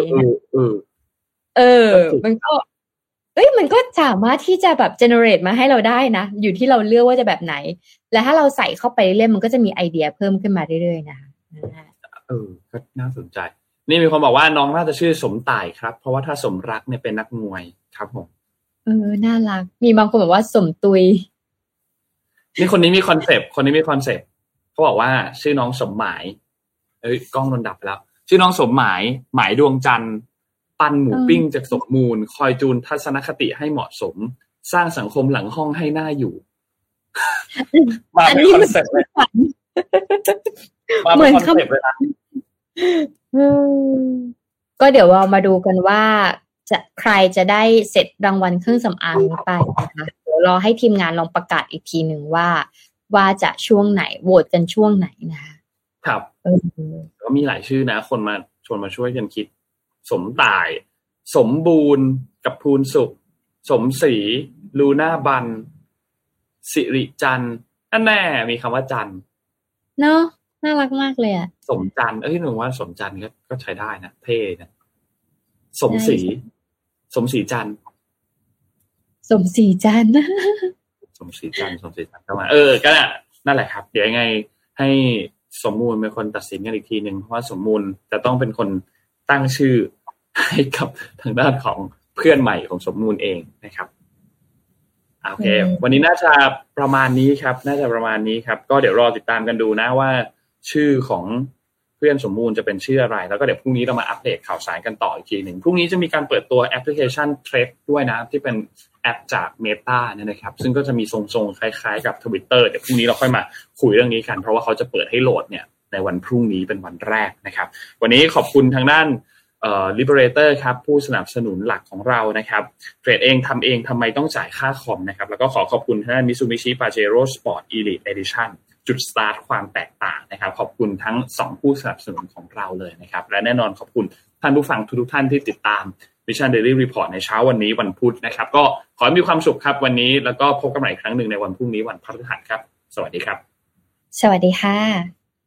มันก็สามารถที่จะแบบ generate มาให้เราได้นะอยู่ที่เราเลือกว่าจะแบบไหนและถ้าเราใส่เข้าไปเรื่อยๆมันก็จะมีไอเดียเพิ่มขึ้นมาเรื่อยๆนะคะก็น่าสนใจนี่มีคนบอกว่าน้องน่าจะชื่อสมต่ายครับเพราะว่าถ้าสมรักเนี่ยเป็นนักมวยครับผมน่ารักมีบางคนบอกว่าสมตุยนี่คนนี้มีคอนเซปต์เขาบอกว่าชื่อน้องสมหมายกล้องโดนดับแล้วชื่อน้องสมหมายดวงจันทร์ปั้นหมูปิ้งจากสมมูลคอยจูนทัศนคติให้เหมาะสมสร้างสังคมหลังห้องให้น่าอยู่มาเป็นคอนเซ็ปต์เลยเหมือนคอนเซ็ปต์เลยนะก็เดี๋ยวเรามาดูกันว่าใครจะได้เสร็จรางวัลเครื่องสำอางนี้ไปนะคะเดี๋ยวรอให้ทีมงานลองประกาศอีกทีหนึ่งว่าจะช่วงไหนโหวตกันช่วงไหนนะคะครับก็มีหลายชื่อนะคนมาชวนมาช่วยกันคิดสมต่ายสมบูรณ์กับภูนสุขสมศรีลูน่าบันสิริจันทร์นั่นแน่มีคำว่าจันทร์เนาะน่ารักมากเลยอ่ะสมจันทร์หนูว่าสมจันทร์ก็ใช้ได้นะเท่นะสมศรีจันทร์สมศรีจันทร์สมศรีจันทร์เข้ามาก็นั่นแหละครับเดี๋ยวยังไงให้สมมูลเป็นคนตัดสินกันอีกทีนึงเพราะว่าสมมูลจะต้องเป็นคนตั้งชื่อให้กับทางด้านของเพื่อนใหม่ของสมมูลเองนะครับโอเควันนี้น่าจะประมาณนี้ครับก็เดี๋ยวรอติดตามกันดูนะว่าชื่อของเพื่อนสมมูลจะเป็นชื่ออะไรแล้วก็เดี๋ยวพรุ่งนี้เรามาอัปเดตข่าวสารกันต่ออีกทีนึงพรุ่งนี้จะมีการเปิดตัวแอปพลิเคชัน Threads ด้วยนะที่เป็นแอปจาก Meta นะครับซึ่งก็จะมีทรงๆคล้ายๆกับ Twitter เดี๋ยวพรุ่งนี้เราค่อยมาคุยเรื่องนี้กันเพราะว่าเขาจะเปิดให้โหลดเนี่ยในวันพรุ่งนี้เป็นวันแรกนะครับวันนี้ขอบคุณทางด้านLiberator ครับผู้สนับสนุนหลักของเรานะครับเทรดเองทำเองทำไมต้องจ่ายค่าคอมนะครับแล้วก็ขอบคุณทางด้าน Mitsubishi Pajero Sport Elite Edition จุดสตาร์ทความแตกต่างนะครับขอบคุณทั้ง2ผู้สนับสนุนของเราเลยนะครับและแน่นอนขอบคุณท่านผู้ฟังทุกท่านที่ติดตาม Mission Daily Report ในเช้าวันนี้วันพุธนะครับก็ขอให้มีความสุขครับวันนี้แล้วก็พบกันใหม่อีกครั้งนึงในวันพรุ่งนี้วันพฤหัสครับสวัสดีครับสวัสดีค่ะ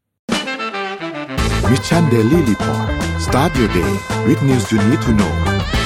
Mission Daily Report Start your day with news you need to know